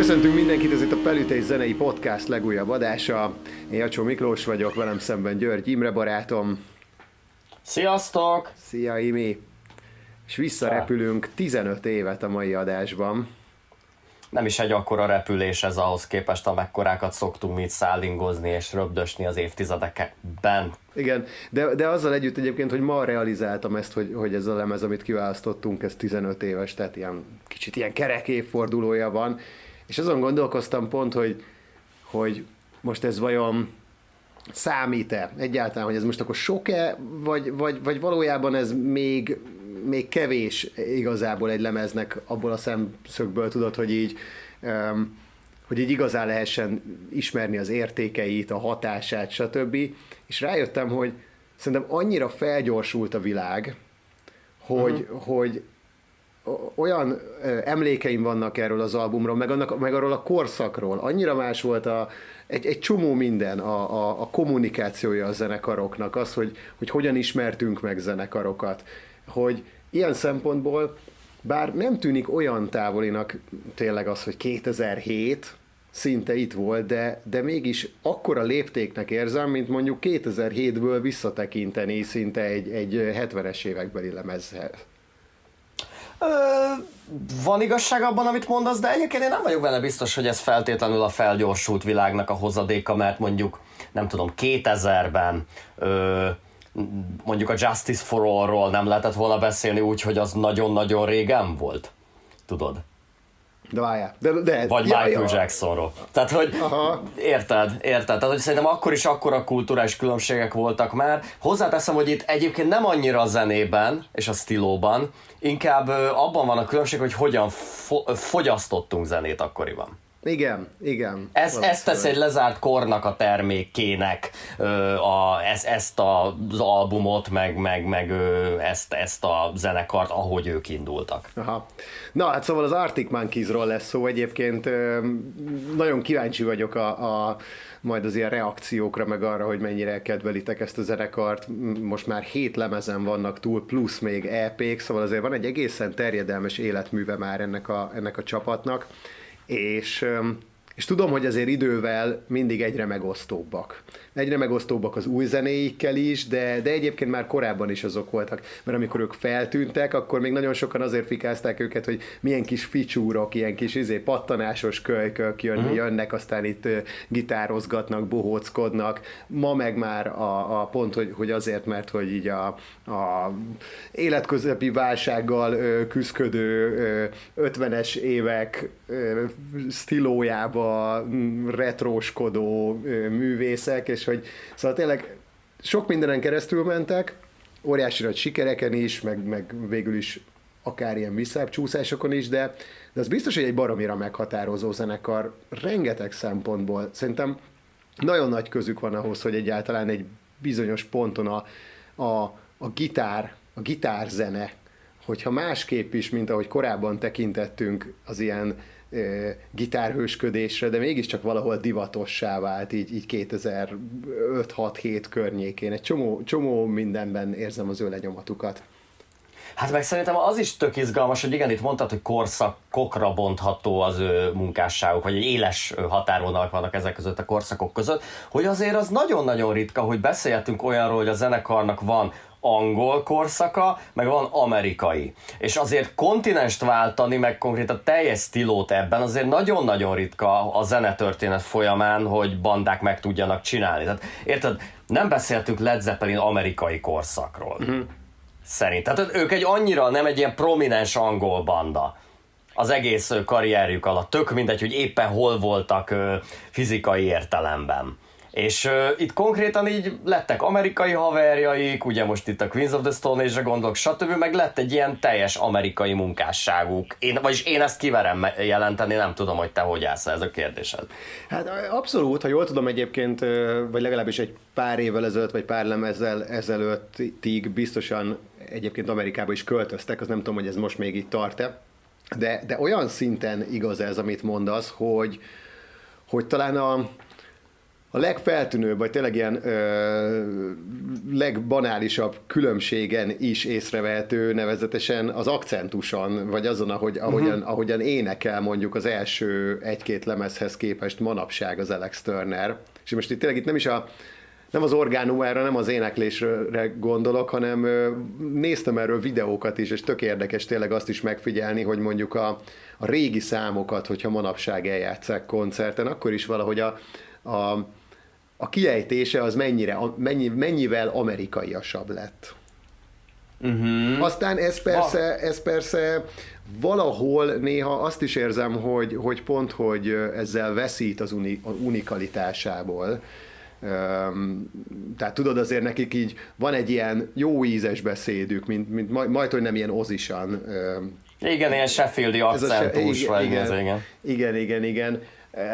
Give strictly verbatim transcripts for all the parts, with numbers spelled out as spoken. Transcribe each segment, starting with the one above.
Köszöntünk mindenkit, ez itt a Felütés zenei podcast legújabb adása. Én Jacsó Miklós vagyok, velem szemben György Imre barátom. Sziasztok! Szia Imi! És visszarepülünk tizenöt évet a mai adásban. Nem is egy akkora repülés ez ahhoz képest, amekkorákat szoktunk mi itt szállingozni és röbdösni az évtizedekben. Igen, de, de azzal együtt egyébként, hogy ma realizáltam ezt, hogy, hogy ez a lemez, amit kiválasztottunk, ez tizenöt éves, tehát ilyen, kicsit ilyen kerek évfordulója van. És azon gondolkoztam pont, hogy, hogy most ez vajon számít-e egyáltalán, hogy ez most akkor sok-e, vagy, vagy, vagy valójában ez még, még kevés igazából egy lemeznek abból a szemszögből, tudod, hogy így, um, hogy így igazán lehessen ismerni az értékeit, a hatását, stb. És rájöttem, hogy szerintem annyira felgyorsult a világ, hogy, uh-huh. hogy olyan emlékeim vannak erről az albumról, meg, annak, meg arról a korszakról. Annyira más volt a, egy, egy csomó minden, a, a, a kommunikációja a zenekaroknak, az, hogy, hogy hogyan ismertünk meg zenekarokat, hogy ilyen szempontból, bár nem tűnik olyan távolinak tényleg az, hogy kétezer-hét szinte itt volt, de, de mégis akkora léptéknek érzem, mint mondjuk kétezer-hétből visszatekinteni szinte egy, egy hetvenes évekbeli lemezhez. Ö, van igazság abban, amit mondasz, de egyébként én nem vagyok benne biztos, hogy ez feltétlenül a felgyorsult világnak a hozadéka, mert mondjuk, nem tudom, kétezerben ö, mondjuk a Justice for All-ról nem lehetett volna beszélni úgy, hogy az nagyon-nagyon régen volt. Tudod? De várjál. De, de, Vagy ja, Michael ja. Jacksonról. Tehát, hogy Aha. érted, érted. Tehát, hogy szerintem akkor is akkora kulturális különbségek voltak már. Hozzáteszem, hogy itt egyébként nem annyira a zenében és a stílóban, inkább abban van a különbség, hogy hogyan fo- fogyasztottunk zenét akkoriban. Igen, igen. Ez, ez tesz egy lezárt kornak a termékének a, ez, ezt az albumot, meg, meg, meg ezt, ezt a zenekart, ahogy ők indultak. Aha. Na, hát szóval az Arctic Monkeysról lesz szó. Egyébként nagyon kíváncsi vagyok a, a majd az ilyen reakciókra, meg arra, hogy mennyire kedvelitek ezt a zenekart. Most már hét lemezen vannak túl, plusz még é pék, szóval azért van egy egészen terjedelmes életműve már ennek a, ennek a csapatnak. És, és tudom, hogy azért idővel mindig egyre megosztóbbak. Egyre megosztóbbak az új zenéikkel is, de, de egyébként már korábban is azok voltak, mert amikor ők feltűntek, akkor még nagyon sokan azért fikázták őket, hogy milyen kis ficsúrok, ilyen kis izé, pattanásos kölykök jönni, uh-huh. jönnek, aztán itt gitározgatnak, bohóckodnak. Ma meg már a, a pont, hogy, hogy azért, mert hogy így a, a életközepi válsággal küszködő ötvenes évek stílójába retróskodó művészek, és hogy szóval tényleg sok mindenen keresztül mentek, óriási nagy sikereken is, meg, meg végül is akár ilyen visszább csúszásokon is, de, de az biztos, hogy egy baromira meghatározó zenekar rengeteg szempontból. Szerintem nagyon nagy közük van ahhoz, hogy egyáltalán egy bizonyos ponton a, a, a gitár, a gitárzene, hogyha másképp is, mint ahogy korábban tekintettünk az ilyen gitárhősködésre, de mégiscsak valahol divatossá vált így, így kétezer-öt hat hét környékén. Egy csomó, csomó mindenben érzem az ő lenyomatukat. Hát meg szerintem az is tök izgalmas, hogy igen, itt mondtad, hogy korszakokra bontható az ő munkásságuk, vagy egy éles határvonalak vannak ezek között a korszakok között, hogy azért az nagyon-nagyon ritka, hogy beszélhetünk olyanról, hogy a zenekarnak van angol korszaka, meg van amerikai. És azért kontinenst váltani, meg konkrétan teljes stílót ebben azért nagyon-nagyon ritka a zenetörténet folyamán, hogy bandák meg tudjanak csinálni. Tehát érted, nem beszéltünk Led Zeppelin amerikai korszakról. Uh-huh. Szerint. Tehát ők egy annyira nem egy ilyen prominens angol banda az egész karrierjük alatt. Tök mindegy, hogy éppen hol voltak fizikai értelemben. És uh, itt konkrétan így lettek amerikai haverjaik, ugye most itt a Queens of the Stone Age-re gondolok, stb. Meg lett egy ilyen teljes amerikai munkásságuk. Én, vagyis én ezt kiverem jelenteni, nem tudom, hogy te hogy állsz ez a kérdésed. Hát abszolút, ha jól tudom egyébként, vagy legalábbis egy pár évvel ezelőtt, vagy pár lemezzel ezelőttig biztosan egyébként Amerikába is költöztek, az nem tudom, hogy ez most még itt tart-e, de, de olyan szinten igaz ez, amit mondasz, hogy, hogy talán a A legfeltűnőbb, vagy tényleg ilyen ö, legbanálisabb különbségen is észrevehető nevezetesen az akcentuson, vagy azon, ahogy, ahogyan, uh-huh. ahogyan énekel mondjuk az első egy-két lemezhez képest manapság az Alex Turner. És most itt tényleg itt nem is a nem az orgánumára, nem az éneklésre gondolok, hanem néztem erről videókat is, és tök érdekes tényleg azt is megfigyelni, hogy mondjuk a, a régi számokat, hogyha manapság eljátszák koncerten, akkor is valahogy a, a, a kiejtése az mennyire, mennyi, mennyivel amerikaiasabb lett. Uh-huh. Aztán ez persze, ez persze valahol néha azt is érzem, hogy, hogy pont, hogy ezzel veszít az uni, unikalitásából. Um, tehát tudod, azért nekik így van egy ilyen jó ízes beszédük, mint, mint majd, majd hogy nem ilyen ozisan. Um, igen, ilyen Sheffieldi akcentus, vagy igen, ez, igen. Igen, igen, igen.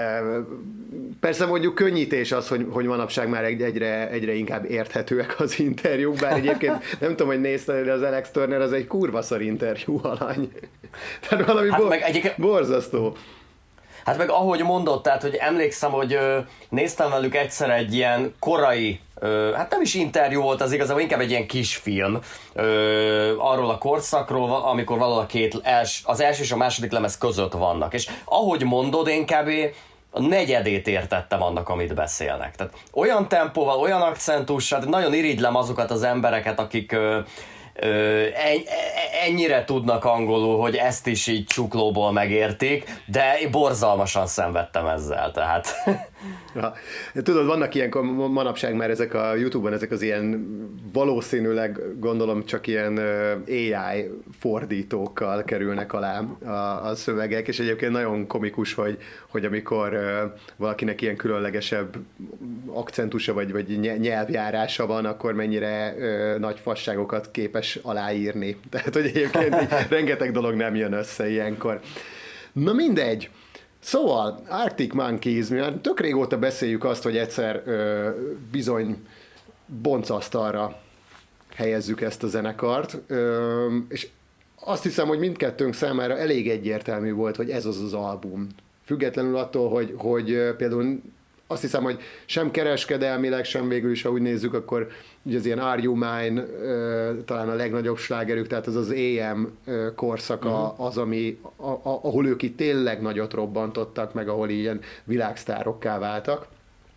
Persze mondjuk könnyítés az, hogy, hogy manapság már egyre, egyre inkább érthetőek az interjúk, bár egyébként nem tudom, hogy nézted, de az Alex Turner az egy kurva szar interjú alany. Tehát valami hát bo- egyik... borzasztó. Hát meg ahogy mondott, tehát hogy emlékszem, hogy ö, néztem velük egyszer egy ilyen korai, ö, hát nem is interjú volt az igazából, inkább egy ilyen kisfilm ö, arról a korszakról, amikor valahol a két els, az első és a második lemez között vannak. És ahogy mondod, én kb. A negyedét értettem annak, amit beszélnek. Tehát olyan tempóval, olyan akcentussal, nagyon irigylem azokat az embereket, akik... Ö, Ö, ennyire tudnak angolul, hogy ezt is így csuklóból megértik, de én borzalmasan szenvedtem ezzel, tehát... Ja. Tudod, vannak ilyen manapság már ezek a YouTube-on, ezek az ilyen valószínűleg gondolom csak ilyen á i fordítókkal kerülnek alá a, a szövegek, és egyébként nagyon komikus, hogy, hogy amikor valakinek ilyen különlegesebb akcentusa vagy, vagy nyelvjárása van, akkor mennyire nagy fasságokat képes aláírni. Tehát, hogy egyébként rengeteg dolog nem jön össze ilyenkor. Na mindegy. Szóval, Arctic Monkeys, mi már tök régóta beszéljük azt, hogy egyszer ö, bizony boncasztalra helyezzük ezt a zenekart, ö, és azt hiszem, hogy mindkettőnk számára elég egyértelmű volt, hogy ez az az album. Függetlenül attól, hogy, hogy például azt hiszem, hogy sem kereskedelmileg, sem végül is, ha úgy nézzük, akkor ugye az ilyen Are You Mine talán a legnagyobb slágerük, tehát az az á em korszaka az, ami, a, a, ahol ők itt tényleg nagyot robbantottak, meg ahol ilyen világsztárokká váltak.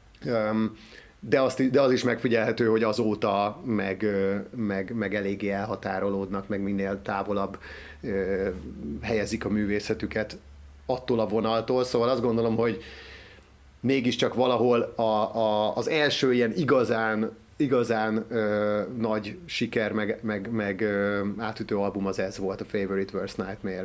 De, azt, de az is megfigyelhető, hogy azóta meg, meg, meg eléggé elhatárolódnak, meg minél távolabb helyezik a művészetüket attól a vonaltól, szóval azt gondolom, hogy mégiscsak valahol a, a, az első ilyen igazán, igazán ö, nagy siker, meg, meg, meg ö, átütő album az ez volt, a Favorite Worst Nightmare.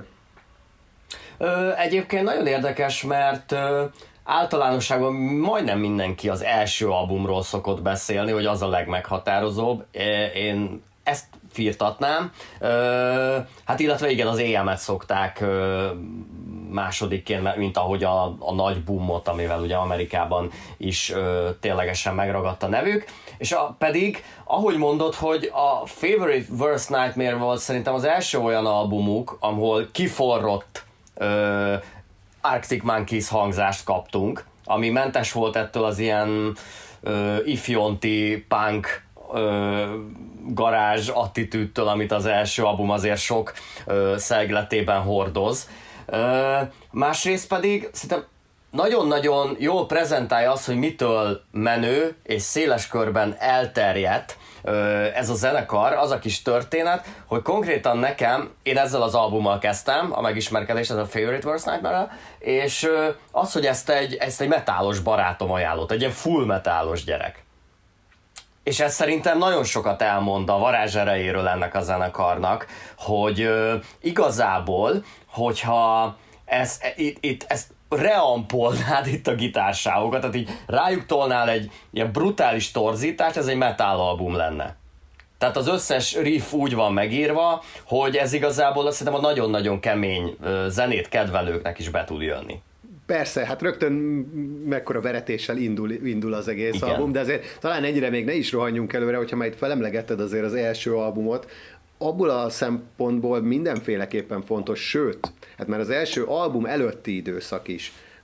Ö, egyébként nagyon érdekes, mert ö, általánosságban majdnem mindenki az első albumról szokott beszélni, hogy az a legmeghatározóbb. Én ezt firtatnám. Ö, hát illetve igen, az á em-et szokták ö, másodikként, mint ahogy a, a nagy boomot, amivel ugye Amerikában is ö, ténylegesen megragadt a nevük, és a, pedig, ahogy mondod, hogy a Favorite Worst Nightmare volt szerintem az első olyan albumuk, ahol kiforrott ö, Arctic Monkeys hangzást kaptunk, ami mentes volt ettől az ilyen ö, ifjonti punk ö, garázs attitűdtől, amit az első album azért sok ö, szegletében hordoz. Ö, másrészt pedig szerintem nagyon-nagyon jól prezentálja azt, hogy mitől menő és széles körben elterjedt ö, ez a zenekar, az a kis történet, hogy konkrétan nekem, én ezzel az albummal kezdtem a megismerkedést, ez a Favorite Worst Nightmare-rel, és ö, az, hogy ezt egy, ezt egy metálos barátom ajánlott, egy ilyen full metálos gyerek. És ez szerintem nagyon sokat elmond a varázserejéről ennek a zenekarnak, hogy ö, igazából, hogyha ez, itt, itt, ezt reampolnád itt a gitársávokat, tehát így rájuk tolnál egy ilyen brutális torzítást, ez egy metal album lenne. Tehát az összes riff úgy van megírva, hogy ez igazából azt hiszem a nagyon-nagyon kemény zenét kedvelőknek is be tud jönni. Persze, hát rögtön mekkora veretéssel indul, indul az egész Igen. album, de azért talán ennyire még ne is rohanjunk előre, hogyha már itt felemlegetted azért az első albumot, abból a szempontból mindenféleképpen fontos, sőt, hát már az első album előtti időszak is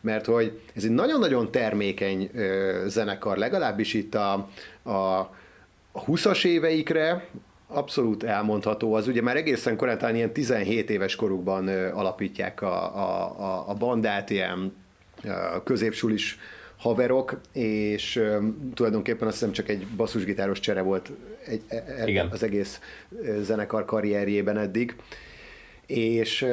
mert hogy ez egy nagyon-nagyon termékeny ö, zenekar, legalábbis itt a, a, a húszas éveikre abszolút elmondható, az ugye már egészen korán, talán ilyen tizenhét éves korukban ö, alapítják a, a, a bandát, ilyen ö, középsulis haverok, és ö, tulajdonképpen azt hiszem csak egy basszusgitáros csere volt egy, e, az egész zenekar karrierjében eddig. És,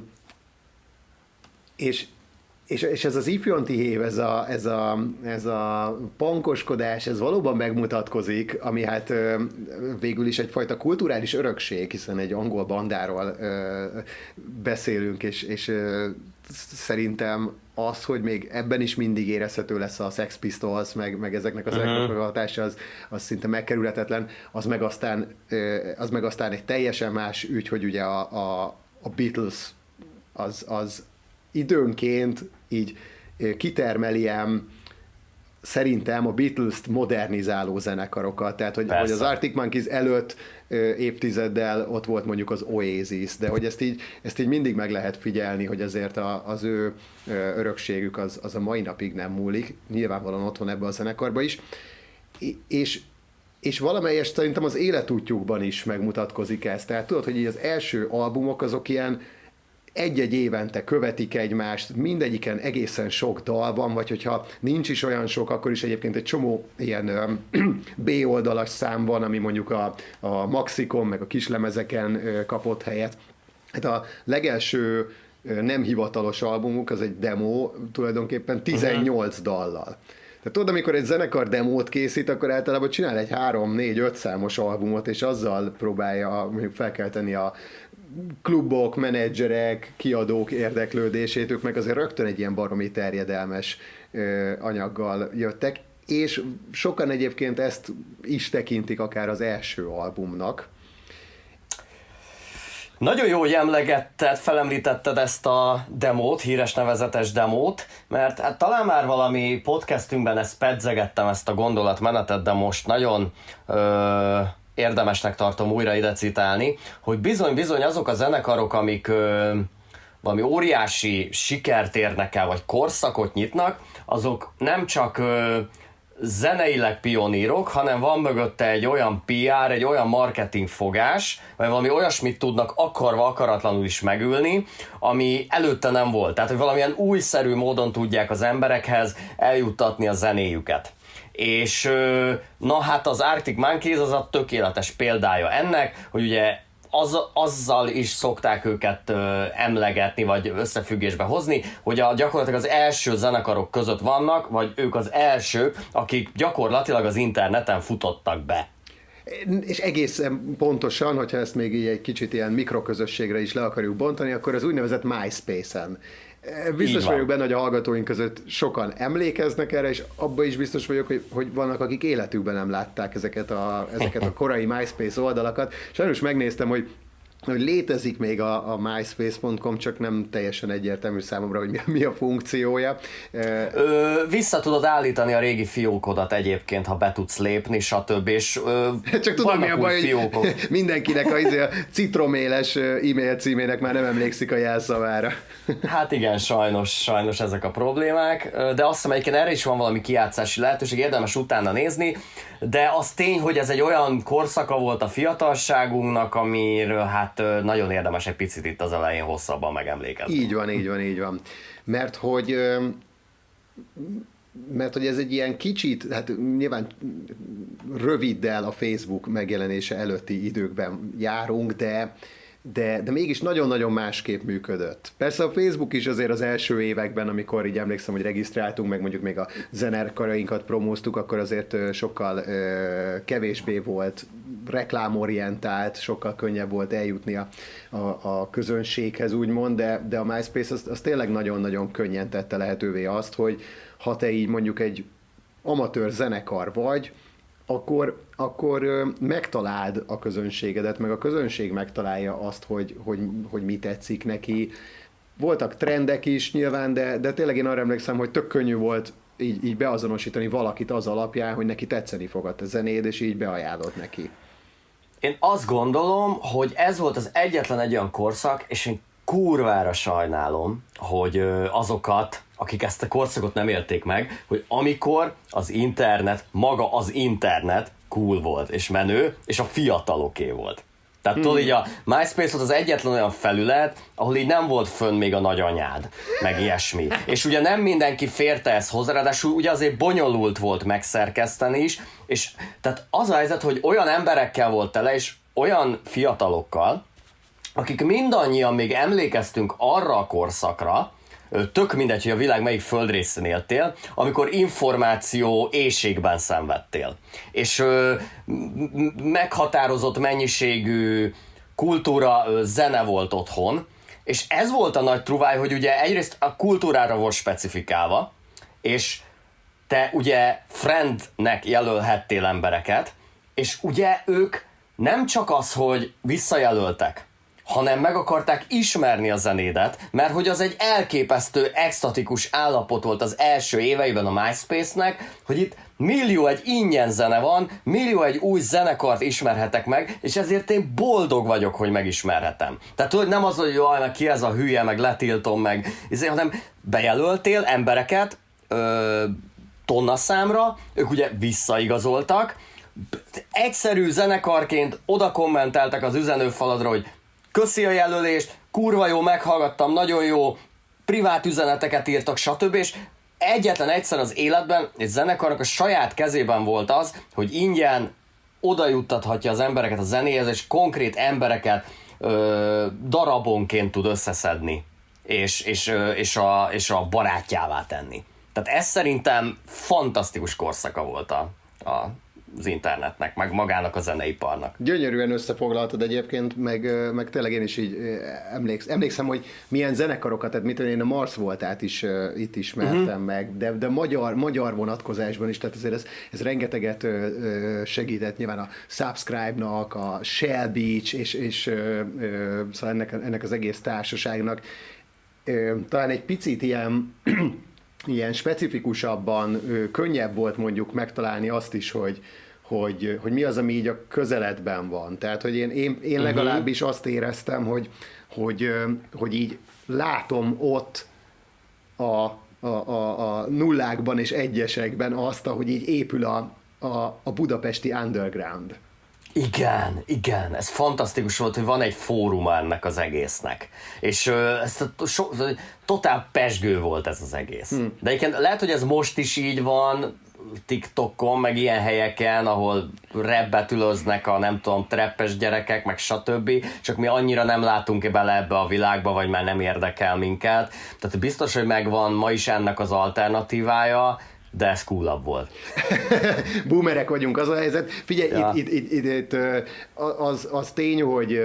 és, és, és ez az ifjonti hév, ez a, ez, a, ez a pankoskodás, ez valóban megmutatkozik, ami hát végül is egyfajta kulturális örökség, hiszen egy angol bandáról beszélünk, és, és szerintem az, hogy még ebben is mindig érezhető lesz a Sex Pistols, meg, meg ezeknek az uh-huh. hatása, az, az szinte megkerülhetetlen, az meg, aztán, az meg aztán egy teljesen más ügy, hogy ugye a, a, a Beatles az, az időnként így kitermel ilyen, szerintem a Beatles-t modernizáló zenekarokat, tehát hogy, hogy az Arctic Monkeys előtt ö, évtizeddel ott volt mondjuk az Oasis, de hogy ezt így, ezt így mindig meg lehet figyelni, hogy azért a, az ő ö, örökségük az, az a mai napig nem múlik, nyilvánvalóan otthon ebbe a zenekarba is, és, és valamelyest szerintem az életútjukban is megmutatkozik ez, tehát tudod, hogy így az első albumok azok ilyen egy-egy évente követik egymást, mindegyiken egészen sok dal van, vagy hogyha nincs is olyan sok, akkor is egyébként egy csomó ilyen B-oldalas szám van, ami mondjuk a, a Maxikon, meg a kislemezeken kapott helyet. Hát a legelső nem hivatalos albumuk, az egy demo, tulajdonképpen tizennyolc uh-huh. dallal. Tehát tudod, amikor egy zenekar demót készít, akkor általában csinál egy három, négy, öt számos albumot, és azzal próbálja mondjuk felkelteni a klubok, menedzserek, kiadók érdeklődését, ők meg azért rögtön egy ilyen baromi terjedelmes ö, anyaggal jöttek, és sokan egyébként ezt is tekintik akár az első albumnak. Nagyon jó, hogy emlegetted, felemlítetted ezt a demót, híres nevezetes demót, mert hát talán már valami podcastünkben ezt pedzegettem, ezt a gondolatmenetet, de most nagyon ö, érdemesnek tartom újra ide citálni, hogy bizony-bizony azok a zenekarok, amik ö, valami óriási sikert érnek el, vagy korszakot nyitnak, azok nem csak ö, zeneileg pionírok, hanem van mögötte egy olyan pé er, egy olyan marketing fogás, vagy valami olyasmit tudnak akarva, akaratlanul is megülni, ami előtte nem volt. Tehát, hogy valamilyen újszerű módon tudják az emberekhez eljuttatni a zenéjüket. És na hát az Arctic Monkeys az a tökéletes példája ennek, hogy ugye az, azzal is szokták őket ö, emlegetni, vagy összefüggésbe hozni, hogy a, gyakorlatilag az első zenekarok között vannak, vagy ők az elsők, akik gyakorlatilag az interneten futottak be. És egészen pontosan, hogyha ezt még így egy kicsit ilyen mikroközösségre is le akarjuk bontani, akkor az úgynevezett MySpace-en. Biztos vagyok benne, hogy a hallgatóink között sokan emlékeznek erre, és abban is biztos vagyok, hogy, hogy vannak, akik életükben nem látták ezeket a, ezeket a korai MySpace oldalakat. Sajnos megnéztem, hogy hogy létezik még a, a myspace pont com, csak nem teljesen egyértelmű számomra, hogy mi, mi a funkciója. Ö, vissza tudod állítani a régi fiókodat egyébként, ha be tudsz lépni, stb. És, ö, csak tudom, mi a baj, hogy mindenkinek a, a citroméles e-mail címének már nem emlékszik a jelszavára. Hát igen, sajnos, sajnos ezek a problémák, de azt hiszem egyébként erre is van valami kijátszási lehetőség, érdemes utána nézni, de az tény, hogy ez egy olyan korszaka volt a fiatalságunknak, amiről hát nagyon érdemes egy picit itt az elején hosszabban megemlékezni. Így van, így van, így van. Mert hogy, mert hogy ez egy ilyen kicsit, hát nyilván röviddel a Facebook megjelenése előtti időkben járunk, de De, de mégis nagyon-nagyon másképp működött. Persze a Facebook is azért az első években, amikor így emlékszem, hogy regisztráltunk, meg mondjuk még a zenekarainkat promóztuk, akkor azért sokkal ö, kevésbé volt reklámorientált, sokkal könnyebb volt eljutni a, a, a közönséghez, úgymond, de, de a MySpace az, az tényleg nagyon-nagyon könnyen tette lehetővé azt, hogy ha te így mondjuk egy amatőr zenekar vagy, akkor, akkor megtaláld a közönségedet, meg a közönség megtalálja azt, hogy, hogy, hogy mi tetszik neki. Voltak trendek is nyilván, de, de tényleg én arra emlékszem, hogy tök könnyű volt így, így beazonosítani valakit az alapján, hogy neki tetszeni fogad a zenéd, és így beajánlott neki. Én azt gondolom, hogy ez volt az egyetlen egy olyan korszak, és én kurvára sajnálom, hogy azokat, akik ezt a korszakot nem élték meg, hogy amikor az internet, maga az internet cool volt, és menő, és a fiataloké volt. Tehát hmm. tudod, így a MySpace volt az egyetlen olyan felület, ahol így nem volt fönn még a nagyanyád, meg ilyesmi. És ugye nem mindenki férte ezt hozzá, ráadásul ugye azért bonyolult volt megszerkeszteni is, és tehát az a helyzet, hogy olyan emberekkel volt tele, és olyan fiatalokkal, akik mindannyian még emlékeztünk arra a korszakra, tök mindegy, hogy a világ melyik földrészén éltél, amikor információ éhségben szenvedtél. És ö, meghatározott mennyiségű kultúra, ö, zene volt otthon, és ez volt a nagy truváj, hogy ugye egyrészt a kultúrára volt specifikálva, és te ugye friendnek jelölhettél embereket, és ugye ők nem csak az, hogy visszajelöltek, hanem meg akarták ismerni a zenédet, mert hogy az egy elképesztő, extatikus állapot volt az első éveiben a MySpace-nek, hogy itt millió egy ingyen zene van, millió egy új zenekart ismerhetek meg, és ezért én boldog vagyok, hogy megismerhetem. Tehát hogy nem az, hogy jaj, meg ki ez a hülye, meg letiltom, meg ezért, hanem bejelöltél embereket ö, tonna számra, ők ugye visszaigazoltak, egyszerű zenekarként oda kommenteltek az üzenőfaladra, hogy köszi a jelölést, kurva jó, meghallgattam, nagyon jó, privát üzeneteket írtak, stb. És egyetlen egyszer az életben egy zenekarnak a saját kezében volt az, hogy ingyen oda juttathatja az embereket a zenéhez, és konkrét embereket ö, darabonként tud összeszedni, és, és, ö, és, a, és a barátjává tenni. Tehát ez szerintem fantasztikus korszaka volt a, a az internetnek, meg magának a zeneiparnak. Gyönyörűen összefoglaltad egyébként, meg, meg tényleg én is így emlékszem, emlékszem, hogy milyen zenekarokat, tehát mit én a Mars Voltát is uh, itt ismertem uh-huh. meg, de, de magyar, magyar vonatkozásban is, tehát azért ez, ez rengeteget uh, segített nyilván a Subscribe-nak, a Shell Beach, és, és uh, uh, szóval ennek, ennek az egész társaságnak uh, talán egy picit ilyen ilyen specifikusabban, uh, könnyebb volt mondjuk megtalálni azt is, hogy Hogy, hogy mi az, ami így a közeledben van. Tehát, hogy én, én, én legalábbis azt éreztem, hogy, hogy, hogy így látom ott a, a, a, a nullákban és egyesekben azt, ahogy így épül a, a, a budapesti underground. Igen, igen, ez fantasztikus volt, hogy van egy fórum ennek az egésznek. És uh, ez a, so, totál pezsgő volt ez az egész. Hmm. De egyébként lehet, hogy ez most is így van, TikTokon, meg ilyen helyeken, ahol rebbetülöznek a nem tudom, treppes gyerekek, meg stb. Csak mi annyira nem látunk bele ebbe a világba, vagy már nem érdekel minket. Tehát biztos, hogy megvan ma is ennek az alternatívája, de ez coolabb volt. Boomerek vagyunk, az a helyzet. Figyelj, ja. itt, itt, itt, itt az, az tény, hogy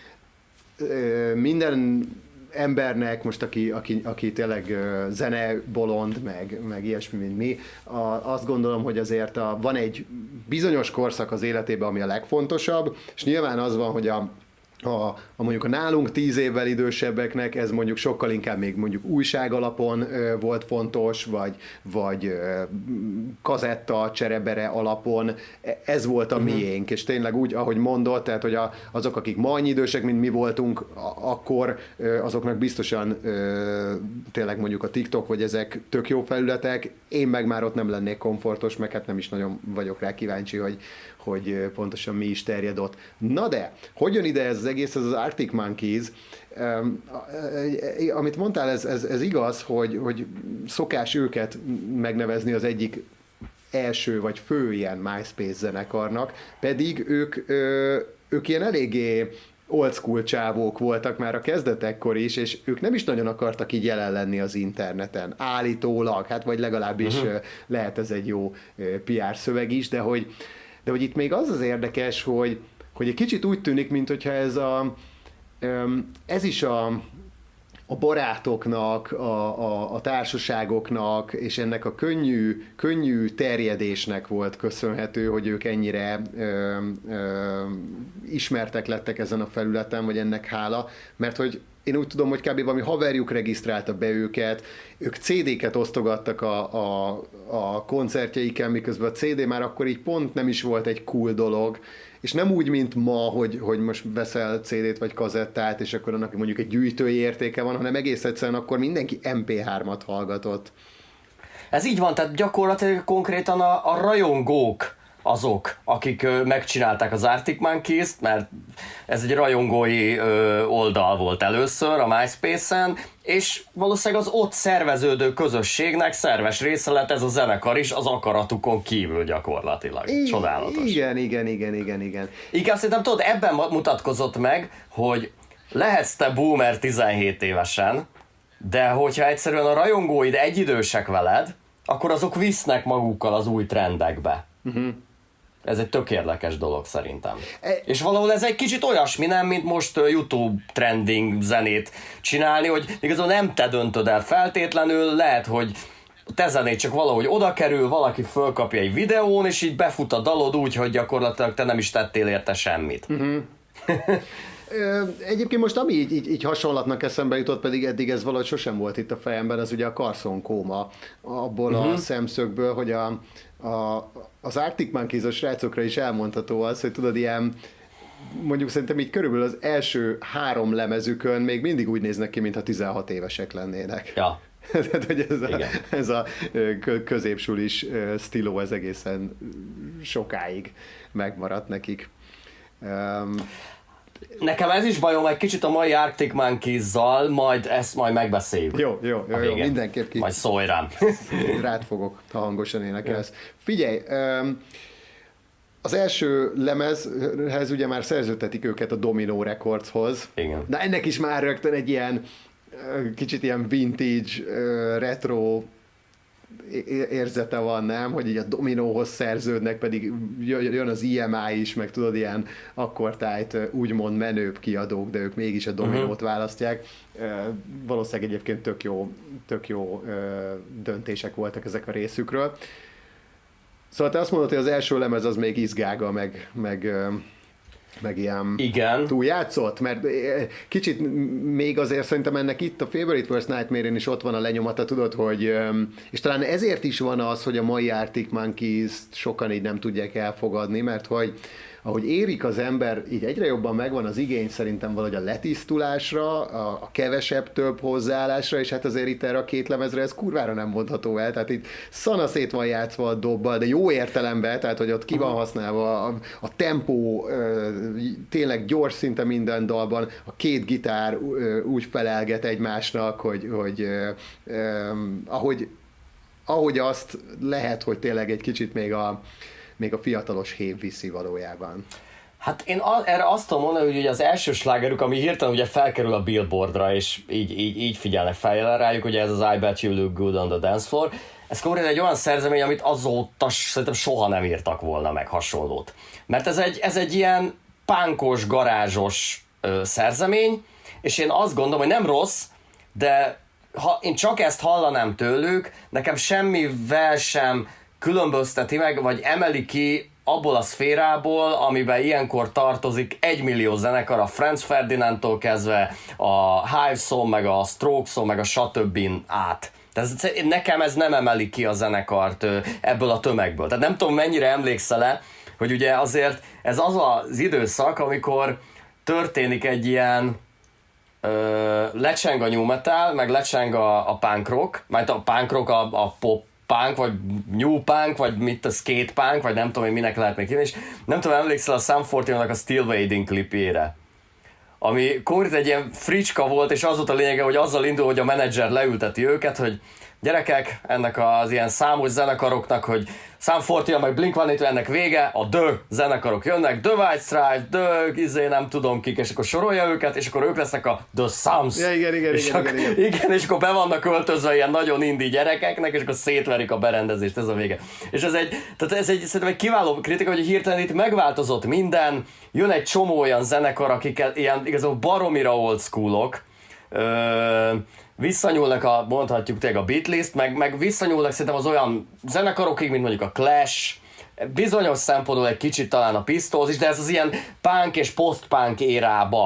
minden embernek, most aki, aki, aki tényleg zenebolond, meg, meg ilyesmi, mint mi, a, azt gondolom, hogy azért a, van egy bizonyos korszak az életében, ami a legfontosabb, és nyilván az van, hogy a A, a mondjuk a nálunk tíz évvel idősebbeknek ez mondjuk sokkal inkább még mondjuk újság alapon ö, volt fontos, vagy, vagy ö, kazetta, cserebere alapon, ez volt a uh-huh. miénk, és tényleg úgy, ahogy mondott, tehát hogy a, azok, akik ma annyi idősek, mint mi voltunk a, akkor, ö, azoknak biztosan ö, tényleg mondjuk a TikTok, vagy ezek tök jó felületek, én meg már ott nem lennék komfortos, meg hát nem is nagyon vagyok rá kíváncsi, hogy hogy pontosan mi is terjed ott. Na de, hogy jön ide ez az egész, ez az Arctic Monkeys, um, amit mondtál, ez, ez, ez igaz, hogy, hogy szokás őket megnevezni az egyik első vagy fő ilyen MySpace zenekarnak, pedig ők, ö, ők ilyen eléggé old school csávók voltak már a kezdetekkor is, és ők nem is nagyon akartak így jelen lenni az interneten. Állítólag, hát vagy legalábbis uh-huh. lehet ez egy jó pé er szöveg is, de hogy De hogy itt még az az érdekes, hogy, hogy egy kicsit úgy tűnik, mintha ez a, ez is a, a barátoknak, a, a, a társaságoknak, és ennek a könnyű, könnyű terjedésnek volt köszönhető, hogy ők ennyire ö, ö, ismertek lettek ezen a felületen, vagy ennek hála, mert hogy én úgy tudom, hogy kb. Valami haverjuk regisztrálta be őket, ők cé dé-ket osztogattak a, a, a koncertjeiken, miközben a cé dé már akkor így pont nem is volt egy cool dolog, és nem úgy, mint ma, hogy, hogy most veszel cé dét vagy kazettát, és akkor annak mondjuk egy gyűjtői értéke van, hanem egész egyszerűen akkor mindenki em pé hármat hallgatott. Ez így van, tehát gyakorlatilag konkrétan a, a rajongók azok, akik ö, megcsinálták az Arctic Monkeys-t, mert ez egy rajongói ö, oldal volt először a MySpace-en, és valószínűleg az ott szerveződő közösségnek szerves része lett ez a zenekar is az akaratukon kívül gyakorlatilag. I- Csodálatos. Igen, igen, igen, igen, igen. Igen, szerintem tudod, ebben mutatkozott meg, hogy lehetsz te boomer tizenhét évesen, de hogyha egyszerűen a rajongóid egyidősek veled, akkor azok visznek magukkal az új trendekbe. Uh-huh. Ez egy tök érdekes dolog szerintem. E... És valahol ez egy kicsit olyasmi, nem, mint most YouTube trending zenét csinálni, hogy igazából nem te döntöd el feltétlenül, lehet, hogy te zenét csak valahogy oda kerül, valaki fölkapja egy videón, és így befut a dalod úgy, hogy gyakorlatilag te nem is tettél érte semmit. Uh-huh. Egyébként most ami így, így, így hasonlatnak eszembe jutott, pedig eddig ez valahogy sosem volt itt a fejemben, az ugye a Carson Coma abból uh-huh. a szemszögből, hogy a, a, az Arctic Monkeys-os srácokra is elmondható az, hogy tudod, ilyen mondjuk szerintem így körülbelül az első három lemezükön még mindig úgy néznek ki, mintha tizenhat évesek lennének. Ja. Tehát, hogy ez a, ez a középsulis stíló, ez egészen sokáig megmaradt nekik. Um, Nekem ez is bajom egy kicsit a mai Arctic Monkeys-zal, majd ezt majd megbeszéljük. Jó, jó, jó, jó mindenképp ki. Majd szólj rám. Rád fogok, ha hangosan énekelsz. Figyelj, az első lemezhez ugye már szerződtetik őket a Domino Recordshoz. Igen. Na ennek is már rögtön egy ilyen kicsit ilyen vintage, retro érzete van, nem? Hogy így a Dominóhoz szerződnek, pedig jön az i em i is, meg tudod, ilyen akkortájt úgymond menőbb kiadók, de ők mégis a Dominót uh-huh. választják. Valószínűleg egyébként tök jó, tök jó döntések voltak ezek a részükről. Szóval te azt mondod, hogy az első lemez az még izgága, meg, meg meg ilyen igen. túljátszott, mert kicsit még azért szerintem ennek itt a Favorite Worst Nightmare-én is ott van a lenyomata, tudod, hogy és talán ezért is van az, hogy a mai Arctic Monkeys-t sokan így nem tudják elfogadni, mert hogy ahogy érik az ember, így egyre jobban megvan az igény szerintem valahogy a letisztulásra, a, a kevesebb több hozzáállásra, és hát azért itt erre a két lemezre ez kurvára nem mondható el, tehát itt szanaszét van játszva a dobbal, de jó értelemben, tehát hogy ott ki van használva a, a tempó, tényleg gyors szinte minden dalban, a két gitár úgy felelget egymásnak, hogy, hogy ahogy, ahogy azt lehet, hogy tényleg egy kicsit még a még a fiatalos hév viszi valójában. Hát én a, erre azt tudom mondani, hogy ugye az első slágerük, ami hirtelen ugye felkerül a Billboardra, és így, így, így figyelnek fel rájuk, ugye ez az I Bet You Look Good on the Dance Floor. Ez konkrétan egy olyan szerzemény, amit azóta szerintem soha nem írtak volna meg hasonlót. Mert ez egy, ez egy ilyen pánkos, garázsos ö, szerzemény, és én azt gondolom, hogy nem rossz, de ha én csak ezt hallanám tőlük, nekem semmivel sem különbözteti meg, vagy emeli ki abból a szférából, amiben ilyenkor tartozik egymillió zenekar, a Franz Ferdinandtól kezdve a Hiveson, meg a Strokeson, meg a stb. Át. Tehát nekem ez nem emeli ki a zenekart ebből a tömegből. Tehát nem tudom, mennyire emlékszel-e, hogy ugye azért ez az az időszak, amikor történik egy ilyen ö, lecseng a new metal, meg lecseng a, a punk rock, majd a punk rock a, a pop punk, vagy new punk, vagy mit a skate punk, vagy nem tudom, hogy minek lehet még hívni, és nem tudom, emlékszel a Sum negyvennek a Still Waiting klipjére, ami konkrétan egy ilyen fricska volt, és az volt a lényege, hogy azzal indul, hogy a menedzser leülteti őket, hogy gyerekek, ennek az ilyen számos zenekaroknak, hogy Sum negyven meg Blink száztizenkettő, ennek vége, a The zenekarok jönnek, The White Stripes, The, izé nem tudom kik, és akkor sorolja őket, és akkor ők lesznek a The Sums. Ja, igen, igen, és igen, akkor, igen, igen. igen, és akkor be vannak öltözve ilyen nagyon indi gyerekeknek, és akkor szétverik a berendezést, ez a vége. És ez egy, tehát ez egy, szerintem egy kiváló kritika, hogy hirtelen itt megváltozott minden, jön egy csomó olyan zenekar, akik ilyen igazából baromira old schoolok, Ö, visszanyúlnak a, mondhatjuk tényleg a Beatles-t, meg, meg visszanyúlnak szerintem az olyan zenekarokig, mint mondjuk a Clash, bizonyos szempontból egy kicsit talán a Pistols is, de ez az ilyen punk és post-punk érába.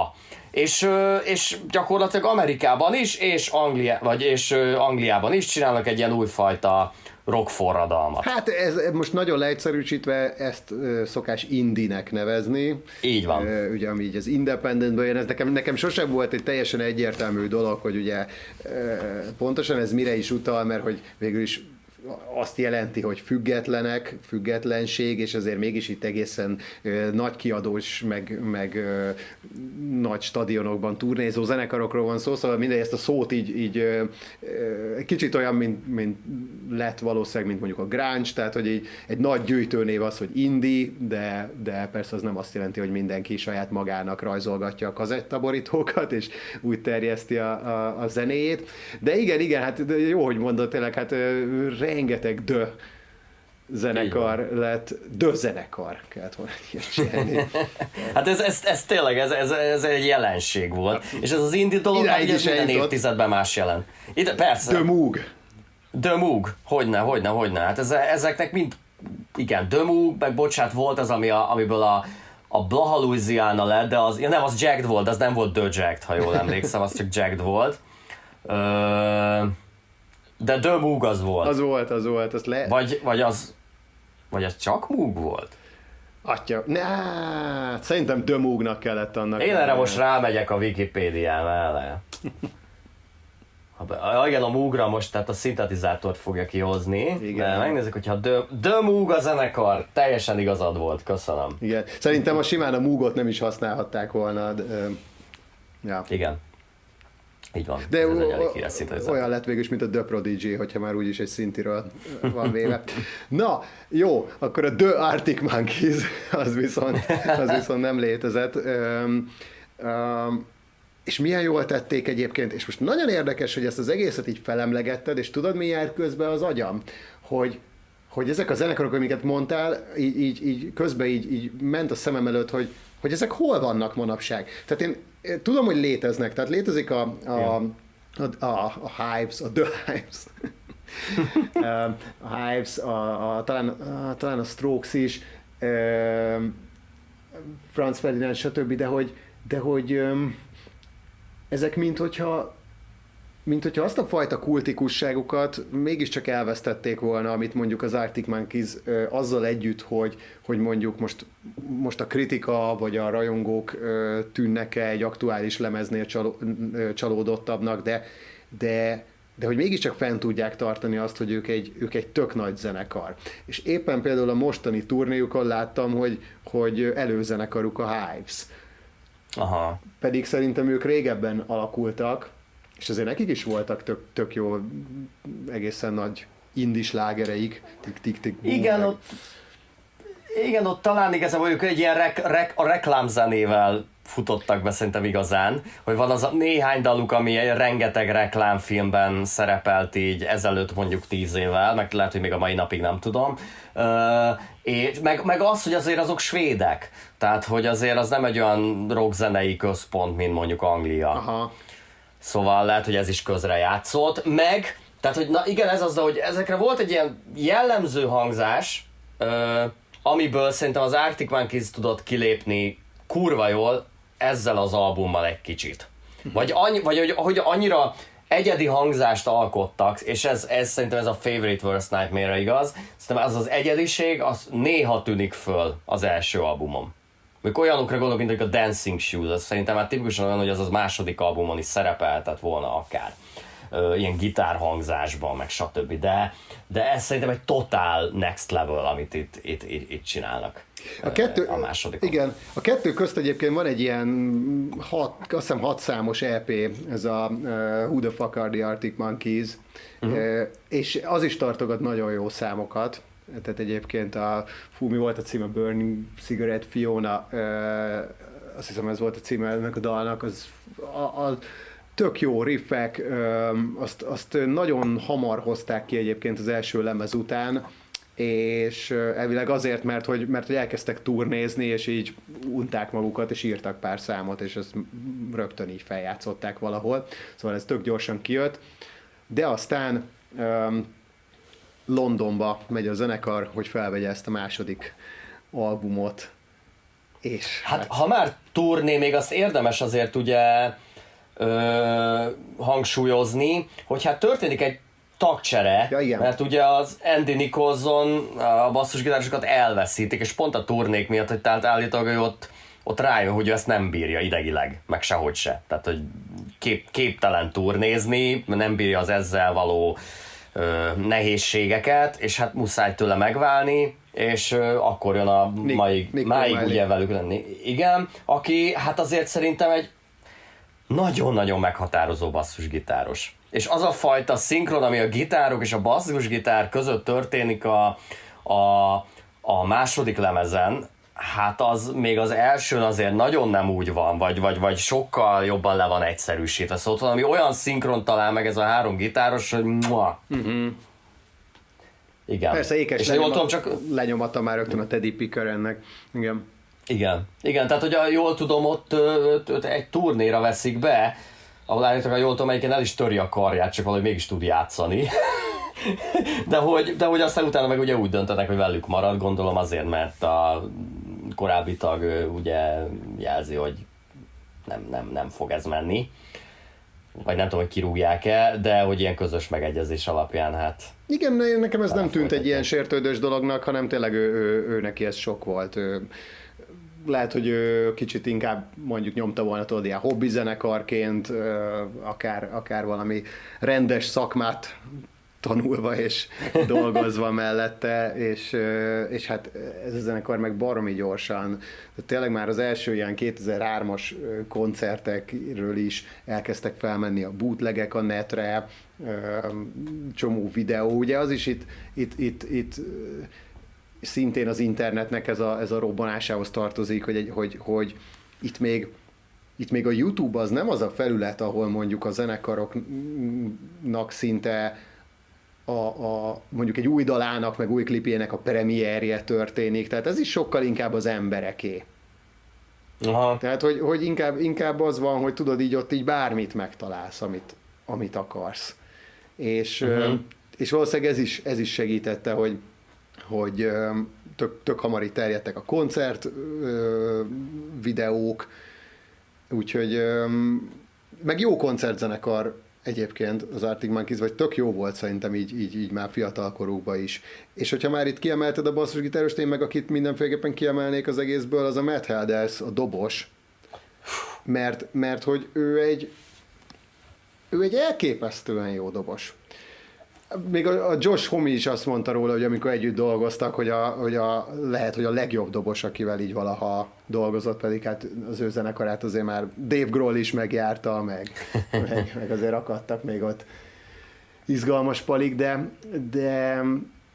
És, és gyakorlatilag Amerikában is, és, Anglia, vagy és Angliában is csinálnak egy ilyen újfajta rock forradalmat. Hát ez most nagyon leegyszerűsítve ezt szokás indie-nek nevezni. Így van. Ugye, ami így az independentből jön, ez nekem, nekem sosem volt egy teljesen egyértelmű dolog, hogy ugye pontosan ez mire is utal, mert hogy végül is azt jelenti, hogy függetlenek, függetlenség, és azért mégis itt egészen ö, nagy kiadós, meg, meg ö, nagy stadionokban turnézó zenekarokról van szó, szóval mindegy, ezt a szót így, így ö, ö, kicsit olyan, mint, mint lett valószínűleg, mint mondjuk a grunge, tehát hogy így egy nagy gyűjtőnév az, hogy indie, de, de persze az nem azt jelenti, hogy mindenki saját magának rajzolgatja a kazettaborítókat, és úgy terjeszti a, a, a zenéjét. De igen, igen, hát jó, hogy mondod, tényleg, hát rengeteg dö zenekar lett, dö zenekar kellett volna ilyet csinálni. Hát ez, ez, ez tényleg, ez, ez, ez egy jelenség volt. Hát, és ez az indie dolog, hogy ez minden évtizedben más jelen. Ide, persze. The Moog. The Moog. Hogyne, hogyne, hogyne. Hát ez, ezeknek mind, igen, The Moog, meg bocsát, volt az, ami a, amiből a, a Blaha Louisiana lett, de az, ja nem, az Jagged volt, az nem volt The Jagged, ha jól emlékszem, az csak Jagged volt. Ö... De The Moog az volt. Az volt, az volt. Az le... Vagy, vagy az... Vagy az csak Moog volt? Atya, ne, szerintem The Moognak kellett annak. Én erre most rámegyek a Wikipédián vele. Igen, a Moogra most tehát a szintetizátort fogja kihozni, igen. De megnézzük, hogyha The, The Moog a zenekar, teljesen igazad volt, köszönöm. Igen, szerintem a simán a Moogot nem is használhatták volna. De, ja. Igen. Így van. De ez olyan lett végül is, mint a The Prodigy, hogyha már úgyis egy szintiről van véve. Na, jó, akkor a The Arctic Monkeys, az viszont, az viszont nem létezett. Um, um, és milyen jól tették egyébként, és most nagyon érdekes, hogy ezt az egészet így felemlegetted, és tudod, mi járt közben az agyam? Hogy, hogy ezek a zenekarok, amiket mondtál, így, így, így közben így, így ment a szemem előtt, hogy, hogy ezek hol vannak manapság. Tehát én tudom, hogy léteznek, tehát létezik a, a, a, a, a Hives, a The Hives, a Hives, a, a, talán, a, talán a Strokes is, Franz Ferdinand, stb., de hogy, de hogy ezek mint hogyha, mint hogyha azt a fajta kultikusságukat mégiscsak elvesztették volna, amit mondjuk az Arctic Monkeys azzal együtt, hogy, hogy mondjuk most, most a kritika vagy a rajongók tűnnek egy aktuális lemeznél csaló, csalódottabbnak, de, de, de hogy mégiscsak fent tudják tartani azt, hogy ők egy, ők egy tök nagy zenekar. És éppen például a mostani turnéjukon láttam, hogy, hogy előzenekaruk a Hives. Aha. Pedig szerintem ők régebben alakultak, és azért nekik is voltak tök, tök jó, egészen nagy indie slágereik. Tik, tik, tik, boom, igen, meg. ott, igen, ott talán igazából ők egy ilyen rek, rek, a reklámzenével futottak be szerintem igazán, hogy van az a néhány daluk, ami rengeteg reklámfilmben szerepelt így ezelőtt mondjuk tíz évvel, meg lehet, hogy még a mai napig nem tudom. Uh, és meg, meg az, hogy azért azok svédek, tehát hogy azért az nem egy olyan rockzenei központ, mint mondjuk Anglia. Aha. Szóval lehet, hogy ez is közrejátszott. Meg, tehát hogy na igen, ez az, de hogy ezekre volt egy ilyen jellemző hangzás, uh, amiből szerintem az Arctic Monkeys tudott kilépni kurva jól ezzel az albummal egy kicsit. Vagy, annyi, vagy hogy, hogy annyira egyedi hangzást alkottak, és ez, ez szerintem ez a Favorite Worst Nightmare-re igaz, szerintem az az egyediség, az néha tűnik föl az első albumon. Még olyanokra gondolok, mint a Dancing Shoes, az szerintem már tipikusan olyan, hogy az az második albumon is szerepeltett volna akár. Ö, ilyen gitárhangzásban, meg stb. De, de ez szerintem egy totál next level, amit itt, itt, itt, itt csinálnak. A, kettő, a második. Igen, a kettő közt egyébként van egy ilyen hat, azt hiszem hat számos é pé, ez a uh, Who the Fuck Are the Arctic Monkeys, uh-huh. uh, és az is tartogat nagyon jó számokat. Tehát egyébként a, fú, mi volt a címe, Burning Cigarette Fiona, uh, azt hiszem ez volt a címe ennek a dalnak, az a, a tök jó riffek, um, azt, azt nagyon hamar hozták ki egyébként az első lemez után, és elvileg azért, mert hogy, mert hogy elkezdtek turnézni, és így unták magukat, és írtak pár számot, és ezt rögtön így feljátszották valahol. Szóval ez tök gyorsan kijött. De aztán um, Londonba megy a zenekar, hogy felvegye ezt a második albumot. És hát, hát ha már turné, még azt érdemes azért ugye ö, hangsúlyozni, hogy hát történik egy tagcsere, ja, mert ugye az Andy Nicholson a basszusgitárosokat elveszítik, és pont a turnék miatt, hogy tehát állítólag ő ott, ott rájön, hogy ő ezt nem bírja idegileg, meg sehogy se. Tehát, hogy kép, képtelen turnézni, nem bírja az ezzel való ö, nehézségeket, és hát muszáj tőle megválni, és ö, akkor jön a Nick, máig, Nick máig O'Malley. ugye velük lenni. Igen, aki hát azért szerintem egy nagyon-nagyon meghatározó basszusgitáros. És az a fajta szinkron, ami a gitárok és a basszusgitár között történik a, a, a második lemezen, hát az még az elsőn azért nagyon nem úgy van, vagy, vagy, vagy sokkal jobban le van egyszerűsítve. Szóval ami olyan szinkron talál meg ez a három gitáros, hogy mua. Uh-huh. Igen. Persze, ékes és lenyomat, jól tudom, csak... lenyomata már rögtön a Teddy Pickerennek. Igen. Igen, igen, tehát hogy a, jól tudom, ott, ott, ott egy turnéra veszik be, ahol állítólag, jól tudom, melyiken el is töri a karját, csak valahogy mégis tud játszani. de, hogy, de hogy aztán utána meg ugye úgy döntenek, hogy velük marad, gondolom azért, mert a korábbi tag ugye jelzi, hogy nem, nem, nem fog ez menni. Vagy nem tudom, hogy kirúgják-e, de hogy ilyen közös megegyezés alapján hát... Igen, nekem ez nem tűnt egy ilyen sértődős dolognak, hanem tényleg ő, ő, ő neki ez sok volt. Ő, lehet, hogy ő kicsit inkább mondjuk nyomta volna, tudod, ilyen hobbizenekarként, akár, akár valami rendes szakmát tanulva és dolgozva mellette, és, és hát ez a zenekar meg baromi gyorsan, tényleg már az első ilyen kétezer-hármas koncertekről is elkezdtek felmenni a bootlegek a netre, csomó videó, ugye az is itt, itt, itt, itt szintén az internetnek ez a, ez a robbanásához tartozik, hogy, hogy, hogy itt még Itt még a YouTube az nem az a felület, ahol mondjuk a zenekaroknak szinte a, a, mondjuk egy új dalának, meg új klipjének a premierje történik, tehát ez is sokkal inkább az embereké. Aha. Tehát, hogy, hogy inkább, inkább az van, hogy tudod, így ott így bármit megtalálsz, amit, amit akarsz. És, uh-huh. és valószínűleg ez is, ez is segítette, hogy, hogy tök, tök hamar itt terjedtek a koncert videók, úgyhogy meg jó koncertzenekar egyébként az Arctic Monkeys, vagy tök jó volt szerintem így, így, így már fiatalkorúkban is. És hogyha már itt kiemelted a basszusgitárost, én meg akit mindenféleképpen kiemelnék az egészből, az a Matt Helders, a dobos, mert, mert hogy ő egy ő egy elképesztően jó dobos. Még a Josh Homme is azt mondta róla, hogy amikor együtt dolgoztak, hogy, a, hogy a, lehet, hogy a legjobb dobos, akivel így valaha dolgozott, pedig hát az ő zenekarát azért már Dave Grohl is megjárta, meg, meg, meg azért akadtak még ott izgalmas palik, de de,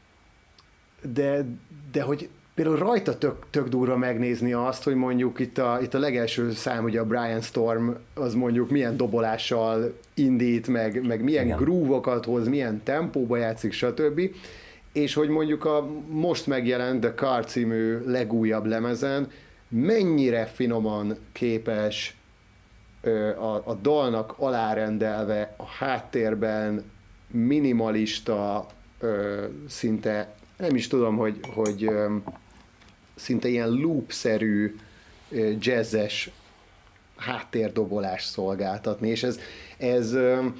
de, de hogy például rajta tök, tök durva megnézni azt, hogy mondjuk itt a, itt a legelső szám, ugye a Brian Storm, az mondjuk milyen dobolással indít, meg, meg milyen groovokat hoz, milyen tempóba játszik, stb. És hogy mondjuk a most megjelent The Car című legújabb lemezen mennyire finoman képes a, a dalnak alárendelve a háttérben minimalista, szinte nem is tudom, hogy, hogy szinte ilyen loop-szerű jazzes háttérdobolás szolgáltatni, és ez, ez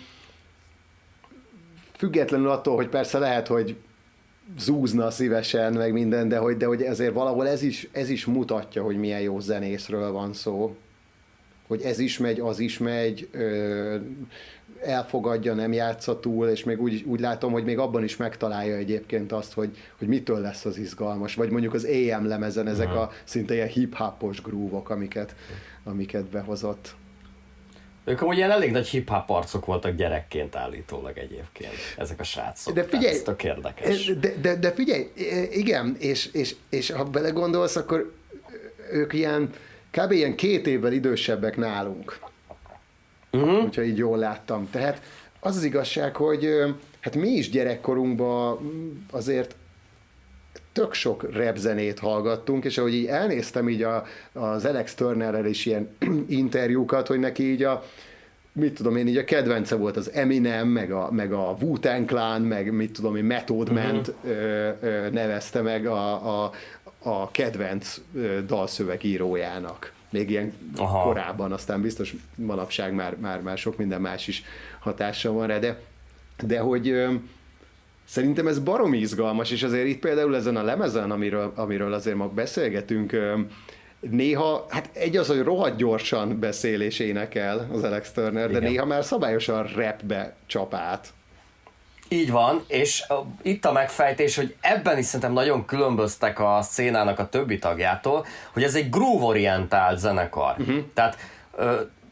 függetlenül attól, hogy persze lehet, hogy zúzna szívesen, meg minden, de hogy, de hogy ezért valahol ez is, ez is mutatja, hogy milyen jó zenészről van szó. Hogy ez is megy, az is megy, elfogadja, nem játsza túl, és még úgy, úgy látom, hogy még abban is megtalálja egyébként azt, hogy, hogy mitől lesz az izgalmas. Vagy mondjuk az á em lemezen ezek a szinte ilyen hip-hopos grúvok, amiket, amiket behozott. Ők amúgy ilyen elég nagy hip-hop arcok voltak gyerekként állítólag egyébként, ezek a srácok. De figyelj, ez tök érdekes. De, de, de figyelj, igen, és, és, és ha belegondolsz, akkor ők ilyen kb. Ilyen két évvel idősebbek nálunk. Uh-huh. Hogyha így jól láttam. Tehát az az igazság, hogy hát mi is gyerekkorunkban azért tök sok rapzenét hallgattunk, és ahogy így elnéztem így a, az Alex Turnerrel is ilyen interjúkat, hogy neki így a mit tudom én, így a kedvence volt az Eminem, meg a, meg a Wu-Tang Clan, meg mit tudom én, Method Man-t uh-huh. ö, ö, nevezte meg a, a a kedvenc dalszövegírójának. Még ilyen Aha. korábban, aztán biztos manapság már, már, már sok minden más is hatással van rá, de, de hogy ö, szerintem ez baromi izgalmas, és azért itt például ezen a lemezen, amiről, amiről azért ma beszélgetünk, ö, néha, hát egy az, hogy rohadt gyorsan beszél és énekel az Alex Turner, de Igen. néha már szabályosan rapbe csap át. Így van, és uh, itt a megfejtés, hogy ebben is szerintem nagyon különböztek a szcénának a többi tagjától, hogy ez egy groove-orientált zenekar. Uh-huh. Tehát uh,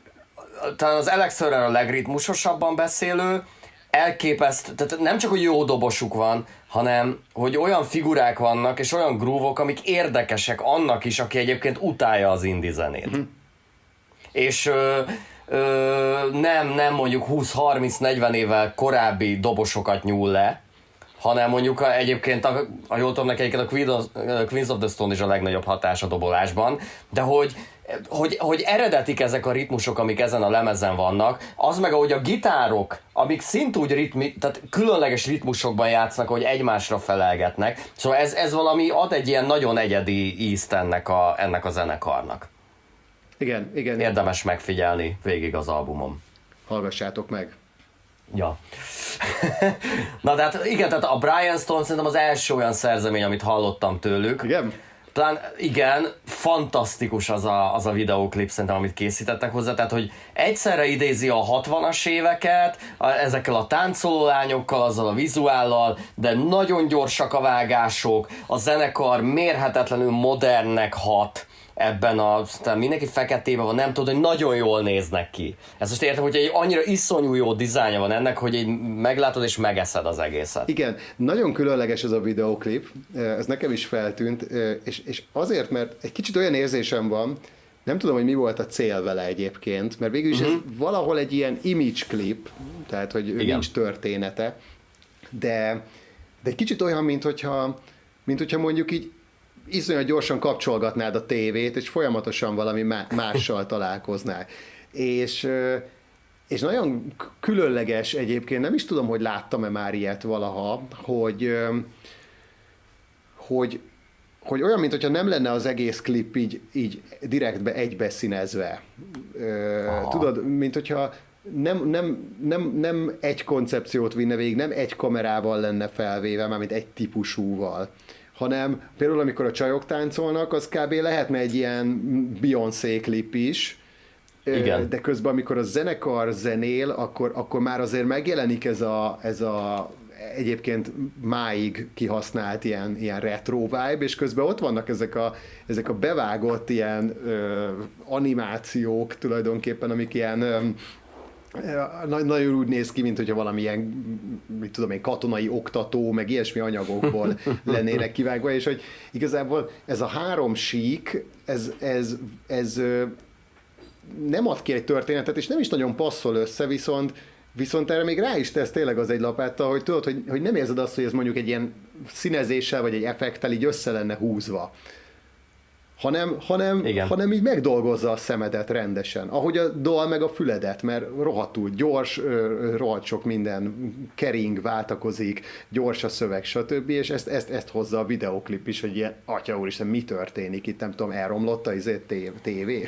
talán az Alex Turner a legritmusosabban beszélő, elképeszt, tehát nem csak, hogy jó dobosuk van, hanem, hogy olyan figurák vannak, és olyan groove-ok, amik érdekesek annak is, aki egyébként utálja az indie zenét. Uh-huh. És ö, ö, nem, nem mondjuk húsz-harminc-negyven évvel korábbi dobosokat nyúl le, hanem mondjuk a, egyébként, a, a jól tudom, egyébként a Queen of, Queens of the Stone is a legnagyobb hatás a dobolásban, de hogy Hogy, hogy eredetik ezek a ritmusok, amik ezen a lemezen vannak, az meg ahogy a gitárok, amik szintúgy ritmi, tehát különleges ritmusokban játsznak, hogy egymásra felelgetnek, szóval ez, ez valami ad egy ilyen nagyon egyedi ízt ennek a, ennek a zenekarnak. Igen, igen. Érdemes megfigyelni végig az albumon. Hallgassátok meg. Ja. Na de hát igen, tehát a Brian Stone szerintem az első olyan szerzemény, amit hallottam tőlük. Igen? Talán igen, fantasztikus az a, az a videóklip szerintem, amit készítettek hozzá, tehát hogy egyszerre idézi a hatvanas éveket, a, ezekkel a táncoló lányokkal, azzal a vizuállal, de nagyon gyorsak a vágások, a zenekar mérhetetlenül modernnek hat ebben a, mindenki feketében van, nem tudod, hogy nagyon jól néznek ki. Ezt most értem, hogy egy annyira iszonyú jó dizájnja van ennek, hogy egy meglátod és megeszed az egészet. Igen, nagyon különleges ez a videóklip, ez nekem is feltűnt, és, és azért, mert egy kicsit olyan érzésem van, nem tudom, hogy mi volt a cél vele egyébként, mert végül is uh-huh. ez valahol egy ilyen image klip, tehát, hogy Igen. nincs története, de, de egy kicsit olyan, mint hogyha, mint hogyha mondjuk így iszonyat gyorsan kapcsolgatnád a tévét, és folyamatosan valami mással találkoznál. És, és nagyon különleges egyébként, nem is tudom, hogy láttam-e már ilyet valaha, hogy, hogy, hogy olyan, mintha nem lenne az egész klip így, így direktbe egybeszínezve. Aha. Tudod, mint hogyha nem, nem, nem, nem egy koncepciót vinne végig, nem egy kamerával lenne felvéve, mármint egy típusúval, hanem például amikor a csajok táncolnak, az kb. Lehetne egy ilyen Beyoncé klip is, Igen. de közben amikor a zenekar zenél, akkor, akkor már azért megjelenik ez a, ez a egyébként máig kihasznált ilyen, ilyen retro vibe, és közben ott vannak ezek a, ezek a bevágott ilyen ö, animációk tulajdonképpen, amik ilyen ö, nagyon úgy néz ki, mint hogyha valamilyen, mit tudom én, katonai oktató, meg ilyesmi anyagokból lennének kivágva, és hogy igazából ez a három sík, ez, ez, ez nem ad ki egy történetet, és nem is nagyon passzol össze, viszont, viszont erre még rá is tesz tényleg az egy lapáttal, hogy tudod, hogy, hogy nem érzed azt, hogy ez mondjuk egy ilyen színezéssel, vagy egy effekttel így össze lenne húzva. Hanem, hanem, hanem így megdolgozza a szemedet rendesen, ahogy a dal meg a füledet, mert rohadtul gyors, rohadt sok minden kering, váltakozik, gyors a szöveg, stb. És ezt, ezt, ezt hozza a videóklip is, hogy ilyen, atya úristen, mi történik itt, nem tudom, elromlott a tévé?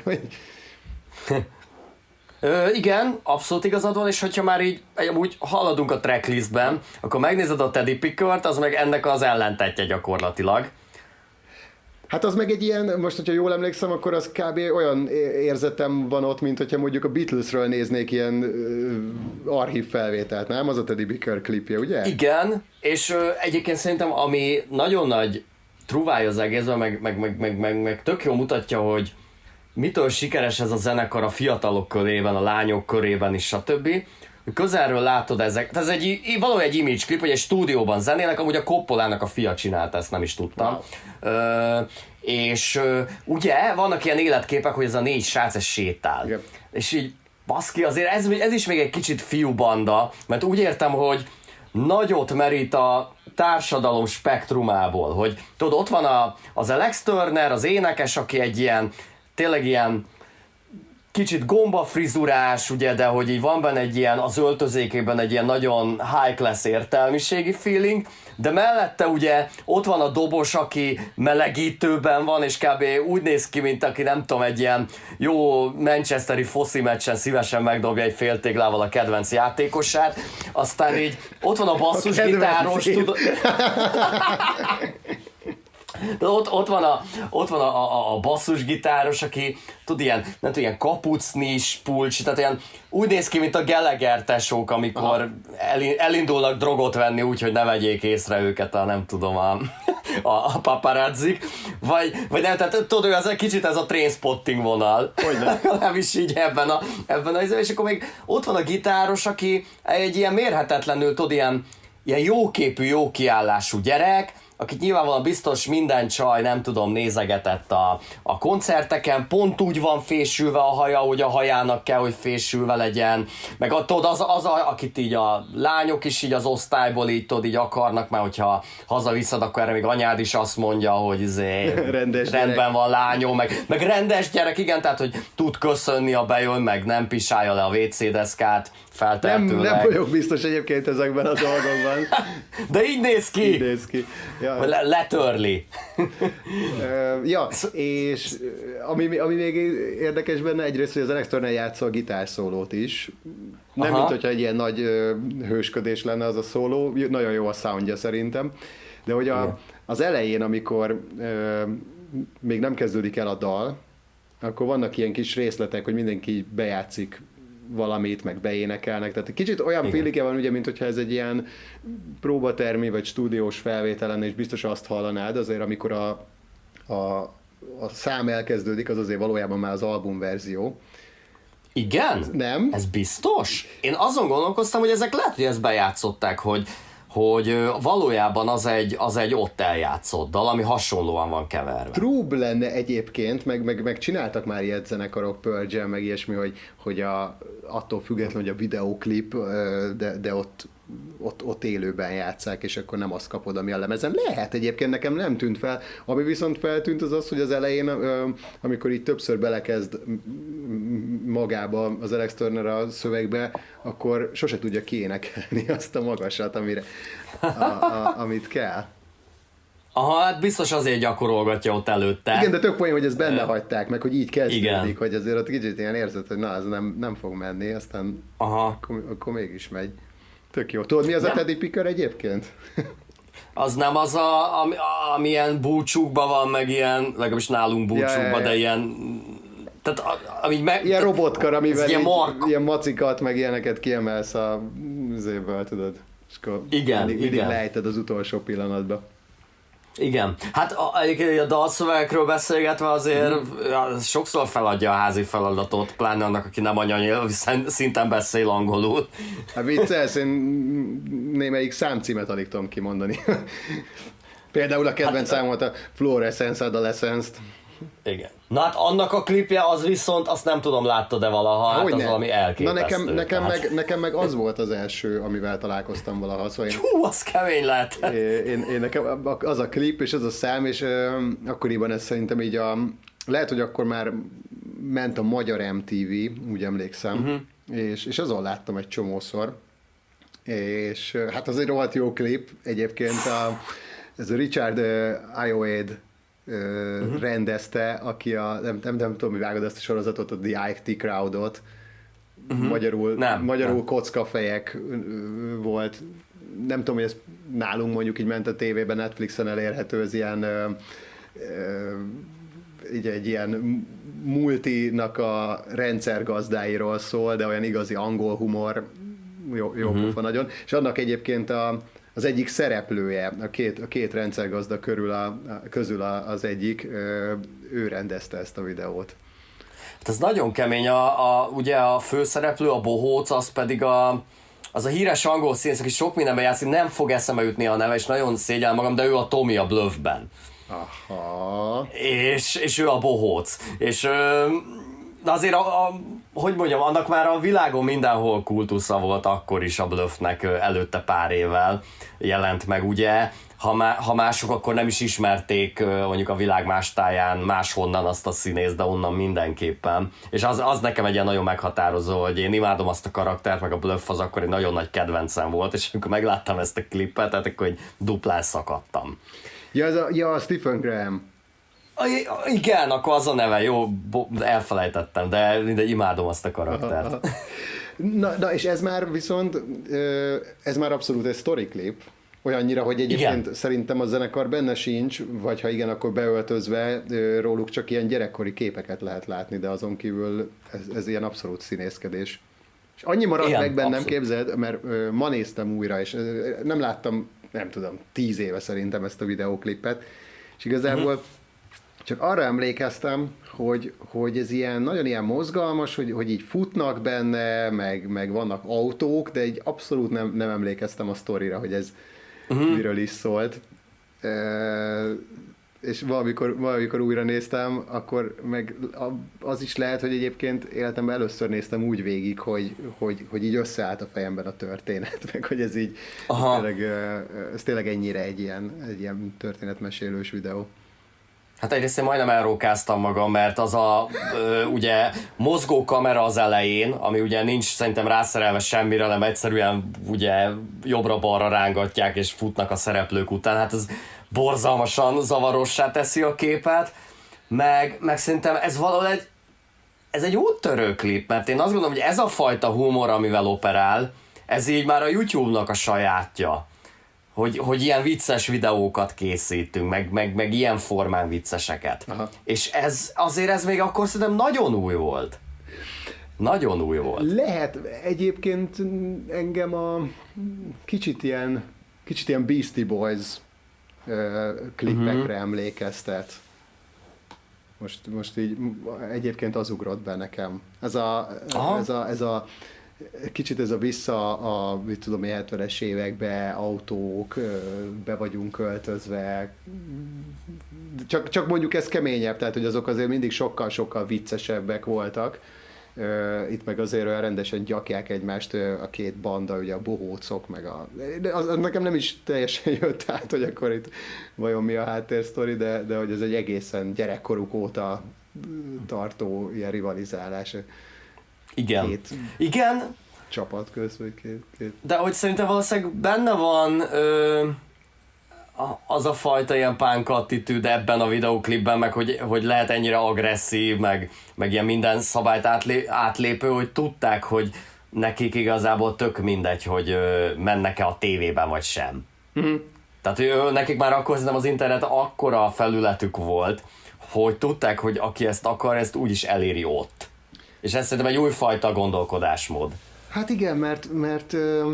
Ö, igen, abszolút igazad van, és hogyha már így úgy haladunk a tracklistben, akkor megnézed a Teddy Pickert, az meg ennek az ellentetje gyakorlatilag. Hát az meg egy ilyen, most, hogyha jól emlékszem, akkor az kb. Olyan érzetem van ott, mint hogyha mondjuk a Beatlesről néznék ilyen uh, archív felvételt, nem? Az a Teddy Picker klipje, ugye? Igen, és uh, egyébként szerintem, ami nagyon nagy truvája az egészben, meg, meg, meg, meg, meg, meg tök jól mutatja, hogy mitől sikeres ez a zenekar a fiatalok körében, a lányok körében is, stb. Közelről látod ezek, ez egy, valójában egy image klip, hogy egy stúdióban zenélnek, amúgy a Coppolának a fia csinálta, ezt nem is tudtam. Wow. Ö, és ö, ugye vannak ilyen életképek, hogy ez a négy srác ez sétál. Igen. És így baszki, azért ez, ez is még egy kicsit fiúbanda, mert úgy értem, hogy nagyot merít a társadalom spektrumából, hogy tudod, ott van a, az Alex Turner, az énekes, aki egy ilyen, tényleg ilyen kicsit gombafrizurás, ugye, de hogy így van benne egy ilyen, az öltözékében egy ilyen nagyon high class értelmiségi feeling, de mellette ugye ott van a dobos, aki melegítőben van, és kb. Úgy néz ki, mint aki nem tudom, egy ilyen jó manchesteri foszi meccsen szívesen megdobja egy féltéglával a kedvenc játékosát, aztán így ott van a basszusgitáros, tudod... De ott, ott van, a, ott van a, a, a basszusgitáros, aki tud ilyen, nem tudom, ilyen kapucnis, pulcsi, tehát ilyen úgy néz ki, mint a Gallagher tesók, amikor el, elindulnak drogot venni úgy, hogy ne vegyék észre őket a, nem tudom, a, a, a paparazzik, vagy, vagy nem, tehát tudod, ez egy kicsit ez a Trainspotting vonal, nem is így ebben a, ebben a, és akkor még ott van a gitáros, aki egy ilyen mérhetetlenül, tudod, ilyen, ilyen jóképű, jó kiállású gyerek, akit nyilvánvalóan biztos minden csaj, nem tudom, nézegetett a, a koncerteken, pont úgy van fésülve a haja, hogy a hajának kell, hogy fésülve legyen, meg a, tudod, az, az a, akit így a lányok is így az osztályból így, tudod, így akarnak, mert hogyha hazaviszed, akkor erre még anyád is azt mondja, hogy izé, rendes rendben gyerek. Van lányom, meg, meg rendes gyerek, igen, tehát, hogy tud köszönni, a bejön, meg nem pisálja le a vé cé deszkát, feltehetőleg. Nem, nem vagyok biztos egyébként ezekben a dolgokban. De így néz ki. Így néz ki. Ja. Le- letörli. uh, ja, és ami, ami még érdekes benne, egyrészt, hogy az Alex Turner játsza a gitárszólót is. Nem, Aha. mint hogyha egy ilyen nagy uh, hősködés lenne az a szóló, nagyon jó a soundja szerintem. De hogy a, az elején, amikor uh, még nem kezdődik el a dal, akkor vannak ilyen kis részletek, hogy mindenki bejátszik valamit, meg beénekelnek, tehát kicsit olyan feelingje van, ugye, mint hogyha ez egy ilyen próbatermi, vagy stúdiós felvétel lenne, és biztos azt hallanád, azért amikor a, a, a szám elkezdődik, az azért valójában már az albumverzió. Igen? Nem? Ez biztos? Én azon gondolkoztam, hogy ezek lehet, hogy ezt bejátszották, hogy, hogy valójában az egy, az egy ott eljátszott dal, ami hasonlóan van keverve. True lenne egyébként, meg, meg, meg csináltak már ilyet zenekarok, Pearl Jam, meg ilyesmi, hogy, hogy a, attól függetlenül, hogy a videóklip, de, de ott, ott, ott élőben játsszák, és akkor nem azt kapod, ami a lemezen. Lehet egyébként, nekem nem tűnt fel. Ami viszont feltűnt, az az, hogy az elején, amikor így többször belekezd magába az Alex Turner a szövegbe, akkor sose tudja kiénekelni azt a magasat, amire, a, a, amit kell. Aha, hát biztos azért gyakorolgatja ott előtte. Igen, de tök poén, hogy ezt benne hagyták, meg hogy így kezdődik, Igen. hogy azért ott kicsit ilyen érzed, hogy na, ez nem, nem fog menni, aztán Aha. akkor, akkor mégis megy. Tök jó. Tudod, mi az nem. a Teddy Picker egyébként? Az nem az, a, ami, amilyen búcsúkban van, meg ilyen, legalábbis nálunk búcsúkban, ja, ja, ja. de ilyen... Tehát, ami meg, ilyen robotkar, amivel ilyen, mark... ilyen macikat, meg ilyeneket kiemelsz a zéből, tudod? És akkor igen, mindig, mindig igen. lejted az utolsó pillanatba. Igen. Hát a, a dalszövegekről beszélgetve azért mm. sokszor feladja a házi feladatot, pláne annak, aki nem anyanyelvi szinten beszél angolul. Hát viccelsz, én némelyik számcímet alig tudom kimondani. Például a kedvenc hát, számot a Fluorescence Adolescence-t. Igen. Na hát annak a klipje az viszont, azt nem tudom, láttad-e valaha, hát az valami elképesztő. Na nekem, nekem, meg, nekem meg az volt az első, amivel találkoztam valaha. Szóval én, Hú, az kemény lehetett. Én, én, én nekem az a klip és az a szám, és uh, akkoriban ez szerintem így a... Lehet, hogy akkor már ment a magyar em té vé, úgy emlékszem, uh-huh. és, és azon láttam egy csomószor. És uh, hát az egy rohadt jó klip egyébként. A, ez a Richard uh, Ayoade Uh-huh. rendezte, aki a, nem, nem, nem tudom, mi vágod ezt a sorozatot, a The I T Crowdot, uh-huh. magyarul, nem, magyarul nem. kockafejek volt, nem tudom, hogy ez nálunk mondjuk így ment a tévében, Netflixen elérhető, az ilyen uh, uh, így egy ilyen multinak a rendszergazdáiról szól, de olyan igazi angol humor, jó, jó uh-huh. pufa nagyon, és annak egyébként a az egyik szereplője, a két, a két rendszergazda körül a, a, közül a, az egyik, ő rendezte ezt a videót. Hát ez nagyon kemény, a, a, ugye a főszereplő, a bohóc, az pedig a, az a híres angol színész, aki sok mindenben játszik, nem fog eszembe jutni a neve, és nagyon szégyellem magam, de ő a Tommy a Bluffben. Aha. És, és ő a bohóc. És de azért a, a hogy mondjam, annak már a világon mindenhol kultusza volt akkor is a Bluffnek, előtte pár évvel jelent meg, ugye. ha, má, ha mások akkor nem is ismerték mondjuk a világ más táján máshonnan azt a színészt, de onnan mindenképpen. És az, az nekem egy ilyen nagyon meghatározó, hogy én imádom azt a karaktert, meg a Bluff az akkor egy nagyon nagy kedvencem volt, és amikor megláttam ezt a klippet, tehát akkor egy duplán szakadtam. Ja, az a, ja, a Stephen Graham. Igen, akkor az a neve, jó, elfelejtettem, de mindegy, imádom azt a karaktert. Aha, aha. Na, na, és ez már viszont, ez már abszolút egy story clip, olyannyira, hogy egyébként igen. Szerintem a zenekar benne sincs, vagy ha igen, akkor beöltözve róluk csak ilyen gyerekkori képeket lehet látni, de azon kívül ez, ez ilyen abszolút színészkedés. És annyi maradt igen, meg bennem, abszolút. Képzeld, mert ma néztem újra, és nem láttam, nem tudom, tíz éve szerintem ezt a videóklipet, és igazából uh-huh. csak arra emlékeztem, hogy, hogy ez ilyen, nagyon ilyen mozgalmas, hogy, hogy így futnak benne, meg, meg vannak autók, de így abszolút nem, nem emlékeztem a sztorira, hogy ez uh-huh. miről is szólt. E, és valamikor, valamikor újra néztem, akkor meg az is lehet, hogy egyébként életemben először néztem úgy végig, hogy, hogy, hogy így összeállt a fejemben a történet, meg hogy ez így, ez tényleg, ez tényleg ennyire egy ilyen, egy ilyen történetmesélős videó. Hát egyrészt én majdnem elrókáztam magam, mert az a ö, ugye mozgó kamera az elején, ami ugye nincs szerintem rászerelve semmire, hanem egyszerűen ugye jobbra-balra rángatják és futnak a szereplők után. Hát ez borzalmasan zavarossá teszi a képet, meg, meg szerintem ez valahogy egy, ez egy úttörő klip, mert én azt gondolom, hogy ez a fajta humor, amivel operál, ez így már a YouTube-nak a sajátja. Hogy, hogy ilyen vicces videókat készítünk, meg, meg, meg ilyen formán vicceseket. Aha. És ez azért ez még akkor szerintem nagyon új volt. Nagyon új volt. Lehet, egyébként engem a kicsit ilyen, kicsit ilyen Beastie Boys uh, klippekre uh-huh. emlékeztet. Most, most így egyébként az ugrott be nekem. Ez a, ez a, ez a kicsit ez a vissza a, mit tudom, hetvenes évekbe, autók, be vagyunk költözve. Csak, csak mondjuk ez keményebb, tehát hogy azok azért mindig sokkal-sokkal viccesebbek voltak. Itt meg azért olyan rendesen gyakják egymást a két banda, ugye a bohócok, meg a... De az, az nekem nem is teljesen jött át, hogy akkor itt vajon mi a háttérsztori, de, de hogy ez egy egészen gyerekkoruk óta tartó ilyen rivalizálás. Igen. Két Igen. Csapat köz, vagy két, két. De hogy szerintem valószínűleg benne van ö, az a fajta ilyen punk attitűd ebben a videóklipben, meg hogy, hogy lehet ennyire agresszív, meg, meg ilyen minden szabályt átlé, átlépő, hogy tudták, hogy nekik igazából tök mindegy, hogy ö, mennek-e a tévében vagy sem. Mm-hmm. Tehát hogy, nekik már akkor szerintem az internet akkora felületük volt, hogy tudták, hogy aki ezt akar, ezt úgyis eléri ott. És ez szerintem egy újfajta gondolkodásmód. Hát igen, mert mert,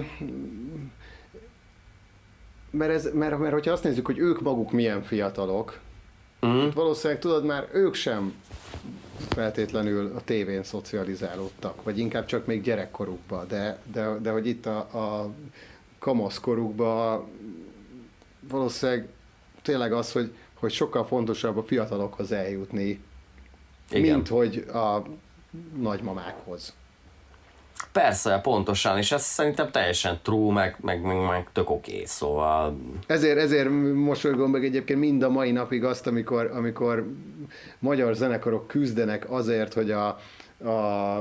mert, ez, mert, mert hogyha azt nézzük, hogy ők maguk milyen fiatalok, uh-huh. valószínűleg tudod, már ők sem feltétlenül a tévén szocializálódtak, vagy inkább csak még gyerekkorukban, de, de, de hogy itt a, a kamaszkorukban valószínűleg tényleg az, hogy, hogy sokkal fontosabb a fiatalokhoz eljutni, igen. mint hogy a nagymamákhoz. Persze, pontosan, és ez szerintem teljesen true, meg, meg, meg, meg tök oké, okay, szóval... Ezért, ezért mosolygom meg egyébként mind a mai napig azt, amikor, amikor magyar zenekarok küzdenek azért, hogy a, a,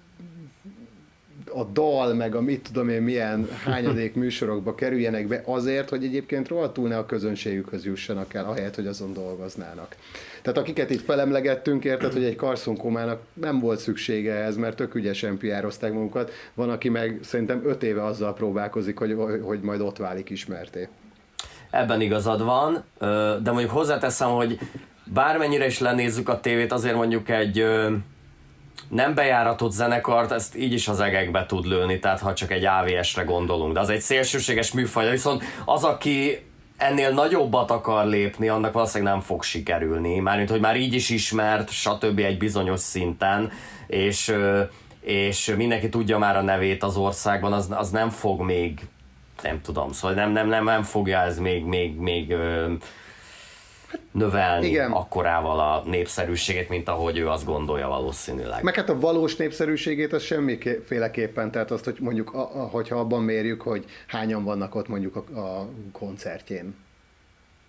a dal, meg a mit tudom én milyen hányadék műsorokba kerüljenek be azért, hogy egyébként rohadtul ne a közönségükhöz jussanak el, ahelyett, hogy azon dolgoznának. Tehát akiket itt felemlegettünk, érted, hogy egy Carson Komának nem volt szüksége ehhez, mert tök ügyesen piározták magukat. Van, aki meg szerintem öt éve azzal próbálkozik, hogy, hogy majd ott válik ismerté. Ebben igazad van, de mondjuk hozzáteszem, hogy bármennyire is lenézzük a tévét, azért mondjuk egy nem bejáratott zenekart, ezt így is az egekbe tud lőni, tehát ha csak egy á vé es-re gondolunk, de az egy szélsőséges műfaj, viszont az, aki ennél nagyobbat akar lépni, annak valószínűleg nem fog sikerülni. Mármint, hogy már így is ismert, stb. Egy bizonyos szinten, és, és mindenki tudja már a nevét az országban, az, az nem fog még, nem tudom, szóval nem, nem, nem, nem fogja ez még, még, még növelni igen. akkorával a népszerűségét, mint ahogy ő azt gondolja valószínűleg. Meg hát a valós népszerűségét az semmiféleképpen, tehát azt, hogy mondjuk, a, a, hogyha abban mérjük, hogy hányan vannak ott mondjuk a, a koncertjén.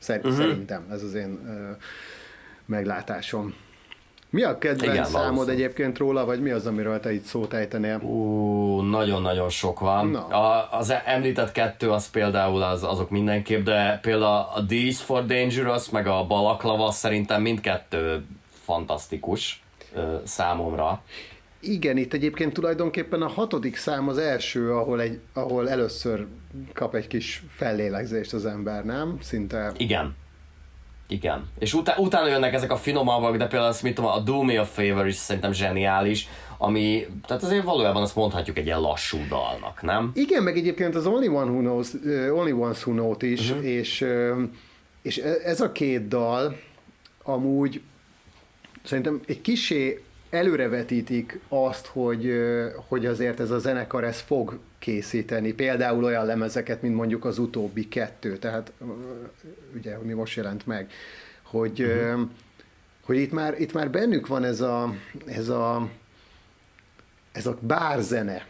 Szer- uh-huh. Szerintem ez az én ö, meglátásom. Mi a kedvenc Igen, számod egyébként róla, vagy mi az, amiről te itt szót ejtenél? Ú, nagyon-nagyon sok van. No. A, az említett kettő az például az, azok mindenképp, de például a D's for Dangerous, meg a Balaklava szerintem mindkettő fantasztikus ö, számomra. Igen, itt egyébként tulajdonképpen a hatodik szám az első, ahol, egy, ahol először kap egy kis fellélegzést az ember, nem? Szinte... Igen. Igen. És utá- utána jönnek ezek a finomabbak, de például azt, mit tudom, a Do Me a Favor is szerintem zseniális, ami, tehát azért valójában azt mondhatjuk egy ilyen lassú dalnak, nem? Igen, meg egyébként az Only One Who Knows, uh, Only Ones Who Know is, uh-huh. és, uh, és ez a két dal amúgy szerintem egy kissé előrevetítik azt, hogy, hogy azért ez a zenekar ez fog készíteni. Például olyan lemezeket, mint mondjuk az utóbbi kettő, tehát ugye, mi most jelent meg, hogy, uh-huh. hogy itt, már, itt már bennük van ez a, ez a, ez a bárzene,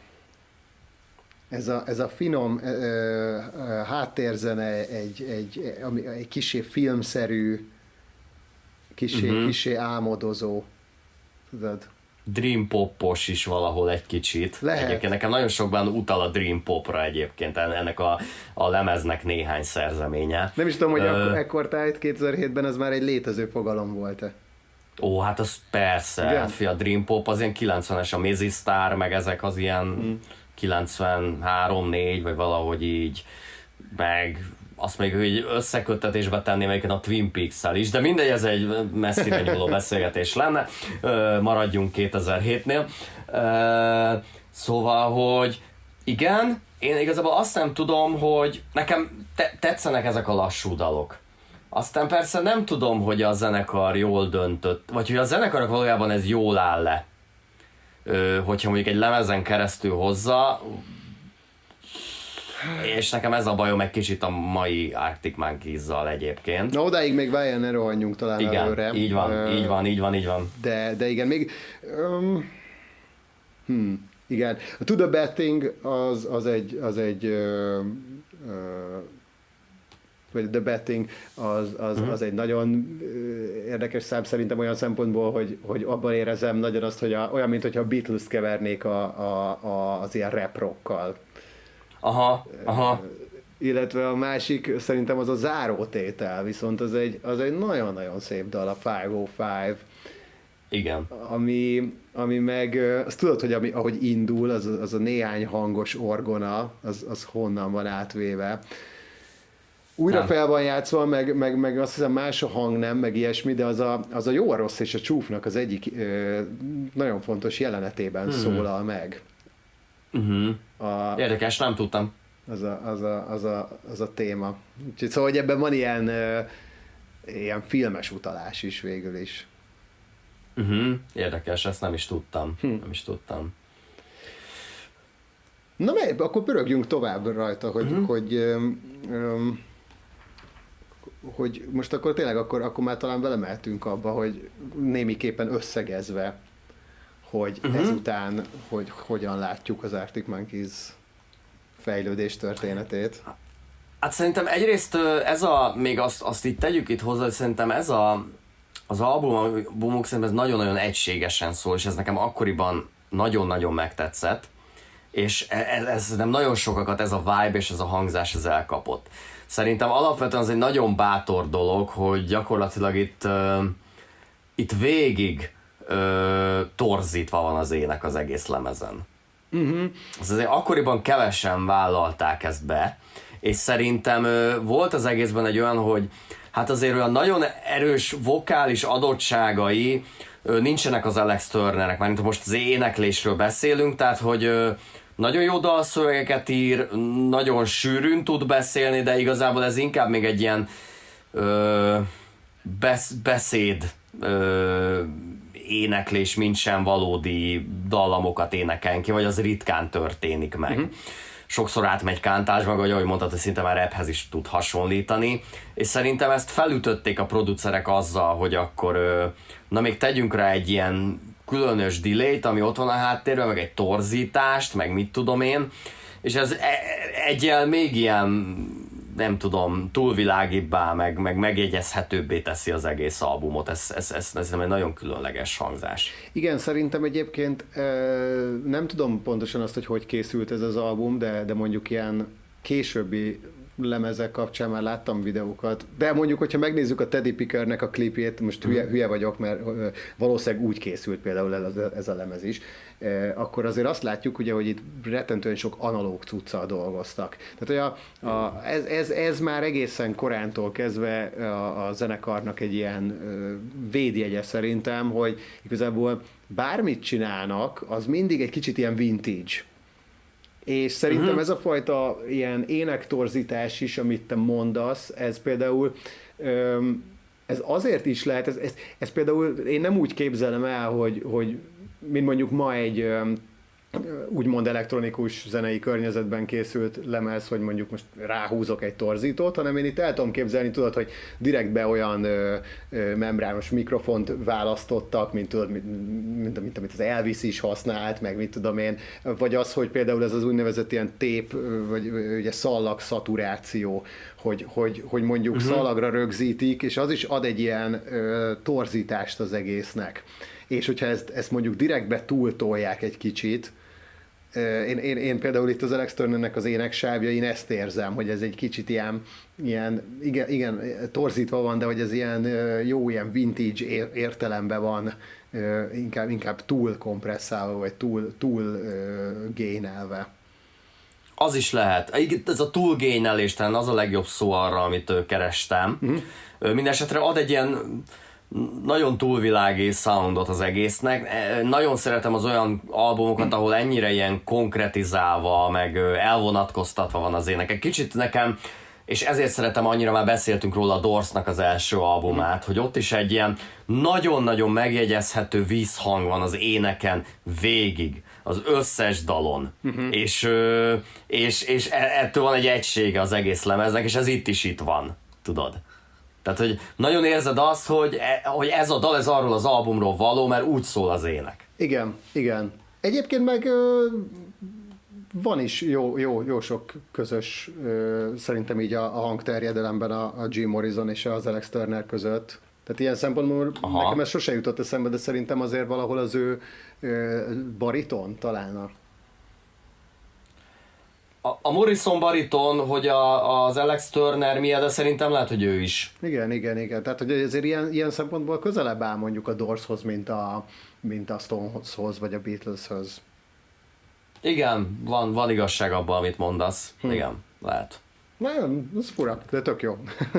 ez a, ez a finom uh, uh, háttérzene, egy, egy, egy, egy kissé filmszerű, kissé, uh-huh. kissé álmodozó. Tudod? Dream popos is valahol egy kicsit. Lehet. Egyébként nekem nagyon sokban utal a Dream popra egyébként ennek a, a lemeznek néhány szerzeménye. Nem is tudom, hogy Ö... ekkor tájt kétezer-hétben ez már egy létező fogalom volt-e? Ó, hát az persze. Hát, fia, a Dream pop az ilyen kilencvenes, a Mizzy Star, meg ezek az ilyen hmm. kilencvenhárom négy, vagy valahogy így, meg azt még hogy összeköttetésbe tenném egyébként a Twin Peaks-szel is, de mindegy, ez egy messzire nyúló beszélgetés lenne, maradjunk kétezer-hétnél. Szóval, hogy igen, én igazából azt nem tudom, hogy nekem te- tetszenek ezek a lassú dalok. Aztán persze nem tudom, hogy a zenekar jól döntött, vagy hogy a zenekarok valójában ez jól áll le. Hogyha mondjuk egy lemezen keresztül hozza, és nekem ez a bajom egy kicsit a mai Arctic Monkeys-zal egyébként. Na odáig még várjál, ne rohanjunk talán igen, előre. így van, uh, így van, így van, így van. De, de igen, még... Um, hmm, igen. A To The Bad Thing az, az egy... Az egy uh, uh, vagy The Bad Thing az, az, uh-huh. az egy nagyon érdekes szám szerintem olyan szempontból, hogy, hogy abban érezem nagyon azt, hogy a, olyan, mint hogyha a Beatles-t kevernék a, a, a, az ilyen rap rockkal. Aha, aha. Illetve a másik szerintem az a zárótétel, viszont az egy, az egy nagyon-nagyon szép dal, a ötszázöt. Igen. Ami, ami meg, azt tudod, hogy ami, ahogy indul, az, az a néhány hangos orgona, az, az honnan van átvéve. Újra nem. fel van játszva, meg, meg, meg azt hiszem más a hang, nem, meg ilyesmi, de az a, az a jó, a rossz és a csúfnak az egyik ö, nagyon fontos jelenetében hmm. szólal meg. Uh-huh. A, Érdekes, nem tudtam. Az a, az a, az a, az a téma. Úgyhogy szóval, hogy ebben van ilyen, ö, ilyen filmes utalás is végül is. Uh-huh. Érdekes, ezt nem is tudtam. Hm. Nem is tudtam. Na mely, akkor pörögjünk tovább rajta, hogy, uh-huh. hogy, öm, öm, hogy most akkor tényleg akkor, akkor már talán belemeltünk abba, hogy némiképpen összegezve, hogy uh-huh. ezután, hogy hogyan látjuk az Arctic Monkeys fejlődés történetét. Hát szerintem egyrészt ez a, még azt, azt itt tegyük itt hozzá, hogy szerintem ez a, az albumok szerintem ez nagyon-nagyon egységesen szól, és ez nekem akkoriban nagyon-nagyon megtetszett, és ez, ez nem nagyon sokakat ez a vibe és ez a hangzás ez elkapott. Szerintem alapvetően az egy nagyon bátor dolog, hogy gyakorlatilag itt, uh, itt végig uh, torzítva van az ének az egész lemezen. Uh-huh. Az azért akkoriban kevesen vállalták ezt be, és szerintem uh, volt az egészben egy olyan, hogy hát azért olyan nagyon erős vokális adottságai uh, nincsenek az Alex Turnernek, mert most az éneklésről beszélünk, tehát hogy uh, nagyon jó dalszövegeket ír, nagyon sűrűn tud beszélni, de igazából ez inkább még egy ilyen ö, besz, beszéd ö, éneklés, mint sem valódi dallamokat énekelni ki, vagy az ritkán történik meg. Uh-huh. Sokszor átmegy kántásba, vagy ahogy mondtad, hogy szinte már raphez is tud hasonlítani, és szerintem ezt felütötték a producerek azzal, hogy akkor ö, na még tegyünk rá egy ilyen különös delay-t, ami ott van a háttérben, meg egy torzítást, meg mit tudom én, és ez egy ilyen még ilyen nem tudom, túlvilágibbá, meg, meg megjegyezhetőbbé teszi az egész albumot. Ez, ez, ez, ez nem egy nagyon különleges hangzás. Igen, szerintem egyébként nem tudom pontosan azt, hogy hogy készült ez az album, de, de mondjuk ilyen későbbi lemezek kapcsán már láttam videókat, de mondjuk, hogyha megnézzük a Teddy Pickernek a klipjét, most hülye, hülye vagyok, mert valószínűleg úgy készült például ez a, ez a lemez is, akkor azért azt látjuk, ugye, hogy itt rettentően sok analóg cuccal dolgoztak. Tehát, hogy a, a, ez, ez, ez már egészen korántól kezdve a, a zenekarnak egy ilyen védjegye szerintem, hogy igazából bármit csinálnak, az mindig egy kicsit ilyen vintage. És szerintem uh-huh. ez a fajta ilyen énektorzítás is, amit te mondasz, ez például ez azért is lehet, ez, ez, ez például én nem úgy képzelem el, hogy, hogy mint mondjuk ma egy úgymond elektronikus zenei környezetben készült lemez, hogy mondjuk most ráhúzok egy torzítót, hanem én itt el tudom képzelni, tudod, hogy direktbe olyan ö, ö, membrános mikrofont választottak, mint, tudod, mint, mint, mint amit az Elvis is használt, meg mit tudom én, vagy az, hogy például ez az úgynevezett ilyen tép, vagy ugye szallag szaturáció, hogy, hogy, hogy mondjuk uh-huh. szalagra rögzítik, és az is ad egy ilyen ö, torzítást az egésznek. És hogyha ezt, ezt mondjuk direktbe túltolják egy kicsit, Én, én, én például itt az Alex Turnernek az éneksávjain ezt érzem, hogy ez egy kicsit ilyen, ilyen igen, igen, torzítva van, de hogy ez ilyen jó, ilyen vintage értelemben van, inkább, inkább túl kompresszálva, vagy túl, túl gainelve. Az is lehet. Ez a túl gainelés, talán az a legjobb szó arra, amit kerestem. Uh-huh. Mindenesetre ad egy ilyen nagyon túlvilági soundot az egésznek. Nagyon szeretem az olyan albumokat, ahol ennyire ilyen konkretizálva, meg elvonatkoztatva van az ének. Egy kicsit nekem, és ezért szeretem annyira, már beszéltünk róla a Doorsnak az első albumát, hogy ott is egy ilyen nagyon-nagyon megjegyezhető vízhang van az éneken végig, az összes dalon. Uh-huh. És, és, és ettől van egy egysége az egész lemeznek, és ez itt is itt van, tudod. Tehát, hogy nagyon érzed azt, hogy, hogy ez a dal, ez arról az albumról való, mert úgy szól az ének. Igen, igen. Egyébként meg van is jó, jó, jó sok közös, szerintem így a, a hangterjedelemben a, a Jim Morrison és az Alex Turner között. Tehát ilyen szempontból Aha. nekem ez sose jutott eszembe, de szerintem azért valahol az ő bariton talán a... A, a Morrison bariton, hogy a, az Alex Turner milyen, de szerintem lehet, hogy ő is. Igen, igen, igen. Tehát, hogy azért ilyen, ilyen szempontból közelebb áll mondjuk a Doorshoz, mint a, mint a Stoneshoz, vagy a Beatleshoz. Igen, van, van igazság abban, amit mondasz. Hm. Igen, lehet. Nem, ez fura, de tök jó.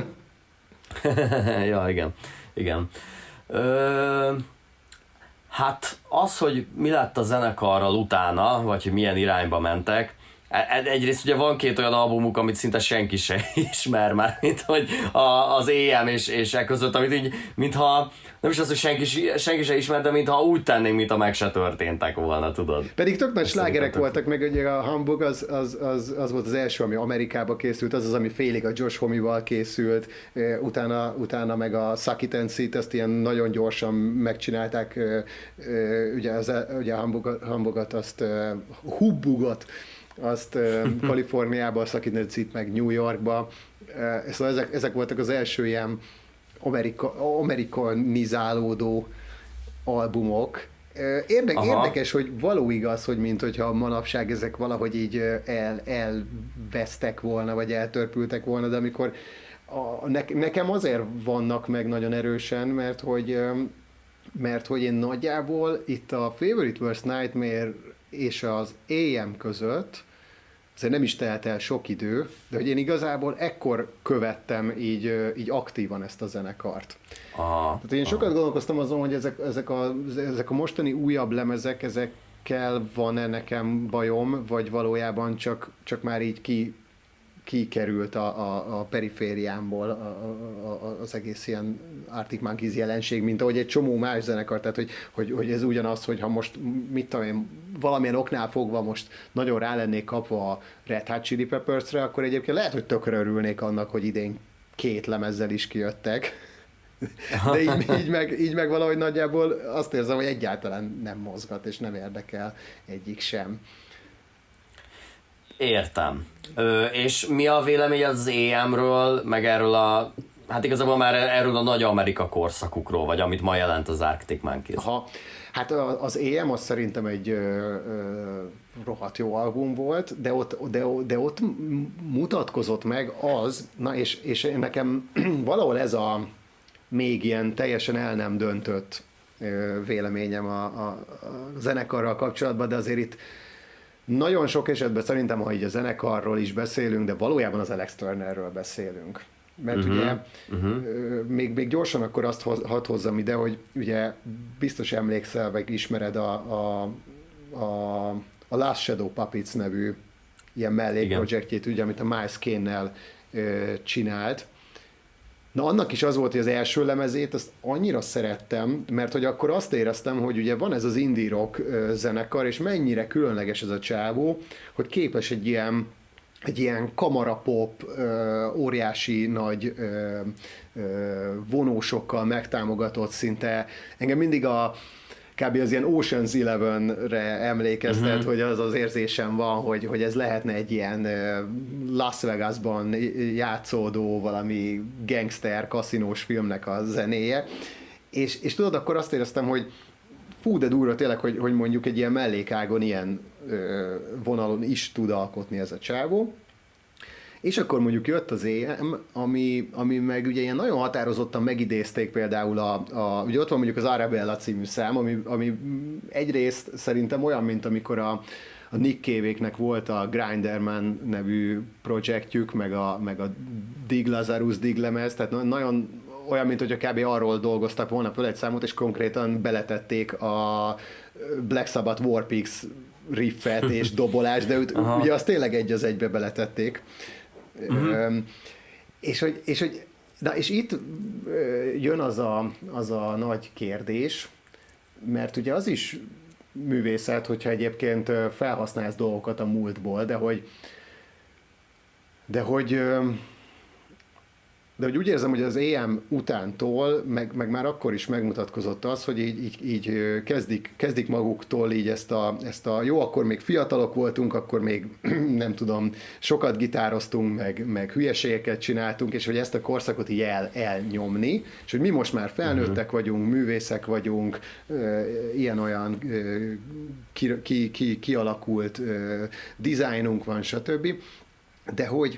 Ja, igen. Igen. Ö, hát az, hogy mi lett a zenekarral utána, vagy hogy milyen irányba mentek, egyrészt ugye van két olyan albumuk, amit szinte senki se ismer már, mint hogy a, az é em és, és e között, amit így, mintha, nem is az, hogy senki, senki se ismer, de mintha úgy tennénk, mintha meg se történtek volna, tudod. Pedig tök nagy slágerek voltak, meg ugye a Hamburg az, az, az, az volt az első, ami Amerikába készült, az az, ami félig a Josh Homme-val készült, utána, utána meg a Suck It and See-t, ezt ilyen nagyon gyorsan megcsinálták, ugye, az, ugye a Hamburg, Hamburgot, azt Hubbugot, azt Kaliforniába, a Suck It and See-t meg New Yorkba. Szóval ezek, ezek voltak az első ilyen amerika, amerikanizálódó albumok. Érde, érdekes, hogy való igaz, hogy mint hogyha manapság ezek valahogy így el, elvesztek volna, vagy eltörpültek volna, de amikor a, ne, nekem azért vannak meg nagyon erősen, mert hogy, mert hogy én nagyjából itt a Favorite Worst Nightmare és az á em között, azért nem is telt el sok idő, de hogy én igazából ekkor követtem így, így aktívan ezt a zenekart. Aha, Tehát én sokat gondolkoztam azon, hogy ezek, ezek, a, ezek a mostani újabb lemezek, ezekkel van-e nekem bajom, vagy valójában csak, csak már így ki, kikerült a, a, a perifériámból a, a, az egész ilyen Arctic Monkeys jelenség, mint ahogy egy csomó más zenekar, tehát hogy, hogy, hogy ez ugyanaz, hogy ha most, mit tudom én, valamilyen oknál fogva most nagyon rá lennék kapva a Red Hot Chili Peppersre, akkor egyébként lehet, hogy tökre örülnék annak, hogy idén két lemezzel is kijöttek. De így, így, meg, így meg valahogy nagyjából azt érzem, hogy egyáltalán nem mozgat, és nem érdekel egyik sem. Értem. Ö, és mi a vélemény az é em-ről, meg erről a, hát igazából már erről a nagy Amerika korszakukról, vagy amit ma jelent az Arctic Monkeys? Aha. Hát az é em az szerintem egy ö, ö, rohadt jó album volt, de ott, de, de ott mutatkozott meg az, na és, és nekem valahol ez a még ilyen teljesen el nem döntött ö, véleményem a, a, a zenekarral kapcsolatban, de azért itt nagyon sok esetben szerintem, ha így a zenekarról is beszélünk, de valójában az Alex Turnerről beszélünk. Mert uh-huh, ugye uh-huh. Még, még gyorsan akkor azt hoz, hadd hozzam ide, hogy ugye biztos emlékszel, meg ismered a, a, a, a Last Shadow Puppets nevű ilyen mellékprojektjét, ugye, amit a Miles Kane-nel ö, csinált. Na annak is az volt, hogy az első lemezét azt annyira szerettem, mert hogy akkor azt éreztem, hogy ugye van ez az indie rock ö, zenekar, és mennyire különleges ez a csávó, hogy képes egy ilyen egy ilyen kamarapop, óriási nagy vonósokkal megtámogatott szinte. Engem mindig a kb. Az ilyen Ocean's Eleven-re emlékeztet, uh-huh. hogy az az érzésem van, hogy, hogy ez lehetne egy ilyen Las Vegasban játszódó valami gangster, kaszinós filmnek a zenéje. És, és tudod, akkor azt éreztem, hogy fú, de durva tényleg, hogy, hogy mondjuk egy ilyen mellékágon ilyen ö, vonalon is tud alkotni ez a csávó. És akkor mondjuk jött az é em, ami, ami meg ugye ilyen nagyon határozottan megidézték például a, a ugye ott van mondjuk az Arabella című szám, ami, ami egyrészt szerintem olyan, mint amikor a, a Nick Cave-éknek volt a Grinderman nevű projektjük, meg a, meg a Dig Lazarus Dig lemez, tehát nagyon olyan, mint hogyha kb. Arról dolgoztak volna föl egy számot, és konkrétan beletették a Black Sabbath Warpigs riffet és dobolást, de őt, ugye azt tényleg egy az egybe beletették. Uh-huh. És hogy, és, hogy na, és itt jön az a, az a nagy kérdés, mert ugye az is művészet, hogyha egyébként felhasználsz dolgokat a múltból, de hogy de hogy De hogy úgy érzem, hogy az é em utántól, meg, meg már akkor is megmutatkozott az, hogy így, így, így kezdik, kezdik maguktól így ezt a, ezt a, jó, akkor még fiatalok voltunk, akkor még nem tudom, sokat gitároztunk, meg, meg hülyeségeket csináltunk, és hogy ezt a korszakot így el, elnyomni, és hogy mi most már felnőttek vagyunk, művészek vagyunk, ilyen-olyan ki, ki, ki, kialakult dizájnunk van, stb. De hogy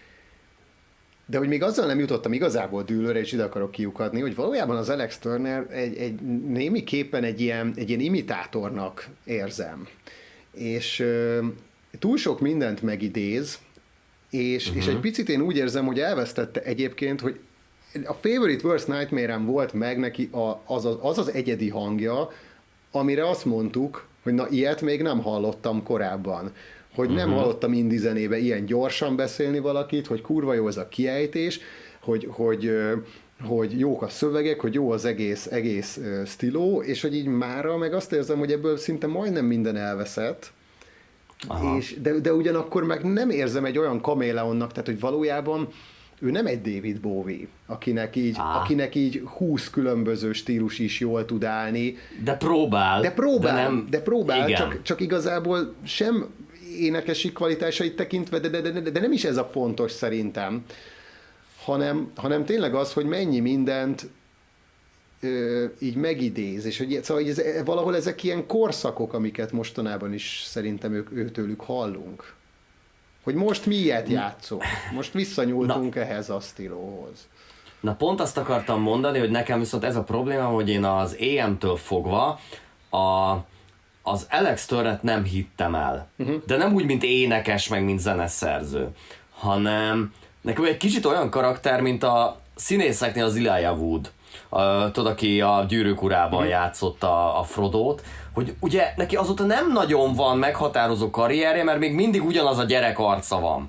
De hogy még azzal nem jutottam igazából dűlőre, és ide akarok kiukadni, hogy valójában az Alex Turner egy, egy némiképpen egy ilyen, egy ilyen imitátornak érzem. És uh, túl sok mindent megidéz, és, uh-huh. és egy picit én úgy érzem, hogy elvesztette egyébként, hogy a Favorite Worst Nightmare-em volt meg neki a, az, az, az az egyedi hangja, amire azt mondtuk, hogy na ilyet még nem hallottam korábban. Hogy nem uh-huh. hallottam indie zenébe ilyen gyorsan beszélni valakit, hogy kurva jó ez a kiejtés, hogy, hogy, hogy jók a szövegek, hogy jó az egész, egész stíló, és hogy így mára meg azt érzem, hogy ebből szinte majdnem minden elveszett, és, de, de ugyanakkor meg nem érzem egy olyan kaméleonnak, tehát hogy valójában ő nem egy David Bowie, akinek így, akinek így húsz különböző stílus is jól tud állni. De próbál. De próbál, de, nem, de próbál csak, csak igazából sem énekesi kvalitásait tekintve, de, de, de, de nem is ez a fontos szerintem, hanem, hanem tényleg az, hogy mennyi mindent ö, így megidéz, és hogy szóval ez, valahol ezek ilyen korszakok, amiket mostanában is szerintem ők, őtőlük hallunk. Hogy most mi ilyet játszunk, most visszanyúltunk Na. ehhez a stílóhoz. Na pont azt akartam mondani, hogy nekem viszont ez a probléma, hogy én az é em-től fogva a az Alex Turnert nem hittem el. Uh-huh. De nem úgy, mint énekes, meg mint zeneszerző, hanem nekem egy kicsit olyan karakter, mint a színészeknél az Elijah Wood. Uh, tudod, aki a Gyűrűk urában uh-huh. játszott a, a Frodót, hogy ugye neki azóta nem nagyon van meghatározó karrierje, mert még mindig ugyanaz a gyerek arca van.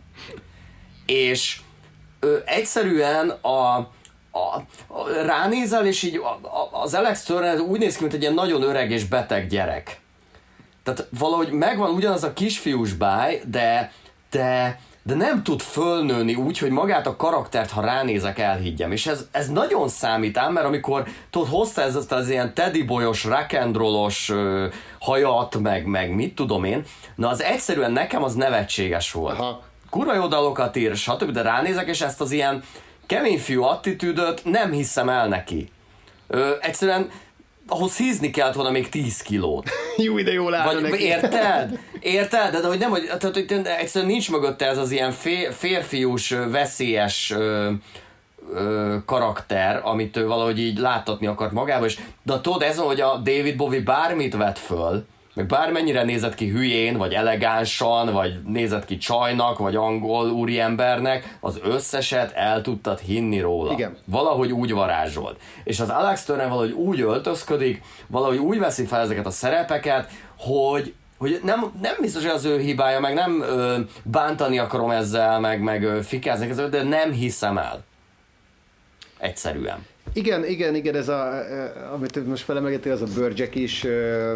És ö, egyszerűen a A, a, ránézel, és így a, a, az Alex Turner úgy néz ki, mint egy ilyen nagyon öreg és beteg gyerek. Tehát valahogy megvan ugyanaz a kisfiús báj, de, de, de nem tud fölnőni úgy, hogy magát a karaktert, ha ránézek, elhiggyem. És ez, ez nagyon számít ám, mert amikor tudod, hozta ez az, az ilyen teddybolyos, rock'n'rollos uh, hajat, meg, meg mit tudom én, na az egyszerűen nekem az nevetséges volt. Aha. Kurva jó dalokat ír, stb., de ránézek, és ezt az ilyen keményfiú attitűdöt nem hiszem el neki. Ö, egyszerűen ahhoz hízni kellett volna még tíz kilót. Jó, ide jól állna neki. Érted? Érted? De, de hogy nem, hogy, tehát, hogy egyszerűen nincs mögötte ez az ilyen fér, férfiús, veszélyes ö, ö, karakter, amit ő valahogy így láttatni akart magába, és de tudod, ez, hogy a David Bowie bármit vett föl, meg bármennyire nézett ki hülyén, vagy elegánsan, vagy nézett ki csajnak, vagy angol úriembernek, az összeset el tudtad hinni róla. Igen. Valahogy úgy varázsolt. És az Alex Turner valahogy úgy öltözködik, valahogy úgy veszi fel ezeket a szerepeket, hogy, hogy nem, nem biztos, hogy az ő hibája, meg nem ö, bántani akarom ezzel, meg, meg ö, fikázni ezzel, de nem hiszem el. Egyszerűen. Igen, igen, igen, ez a, amit most felemelgetél, az a Börgyek is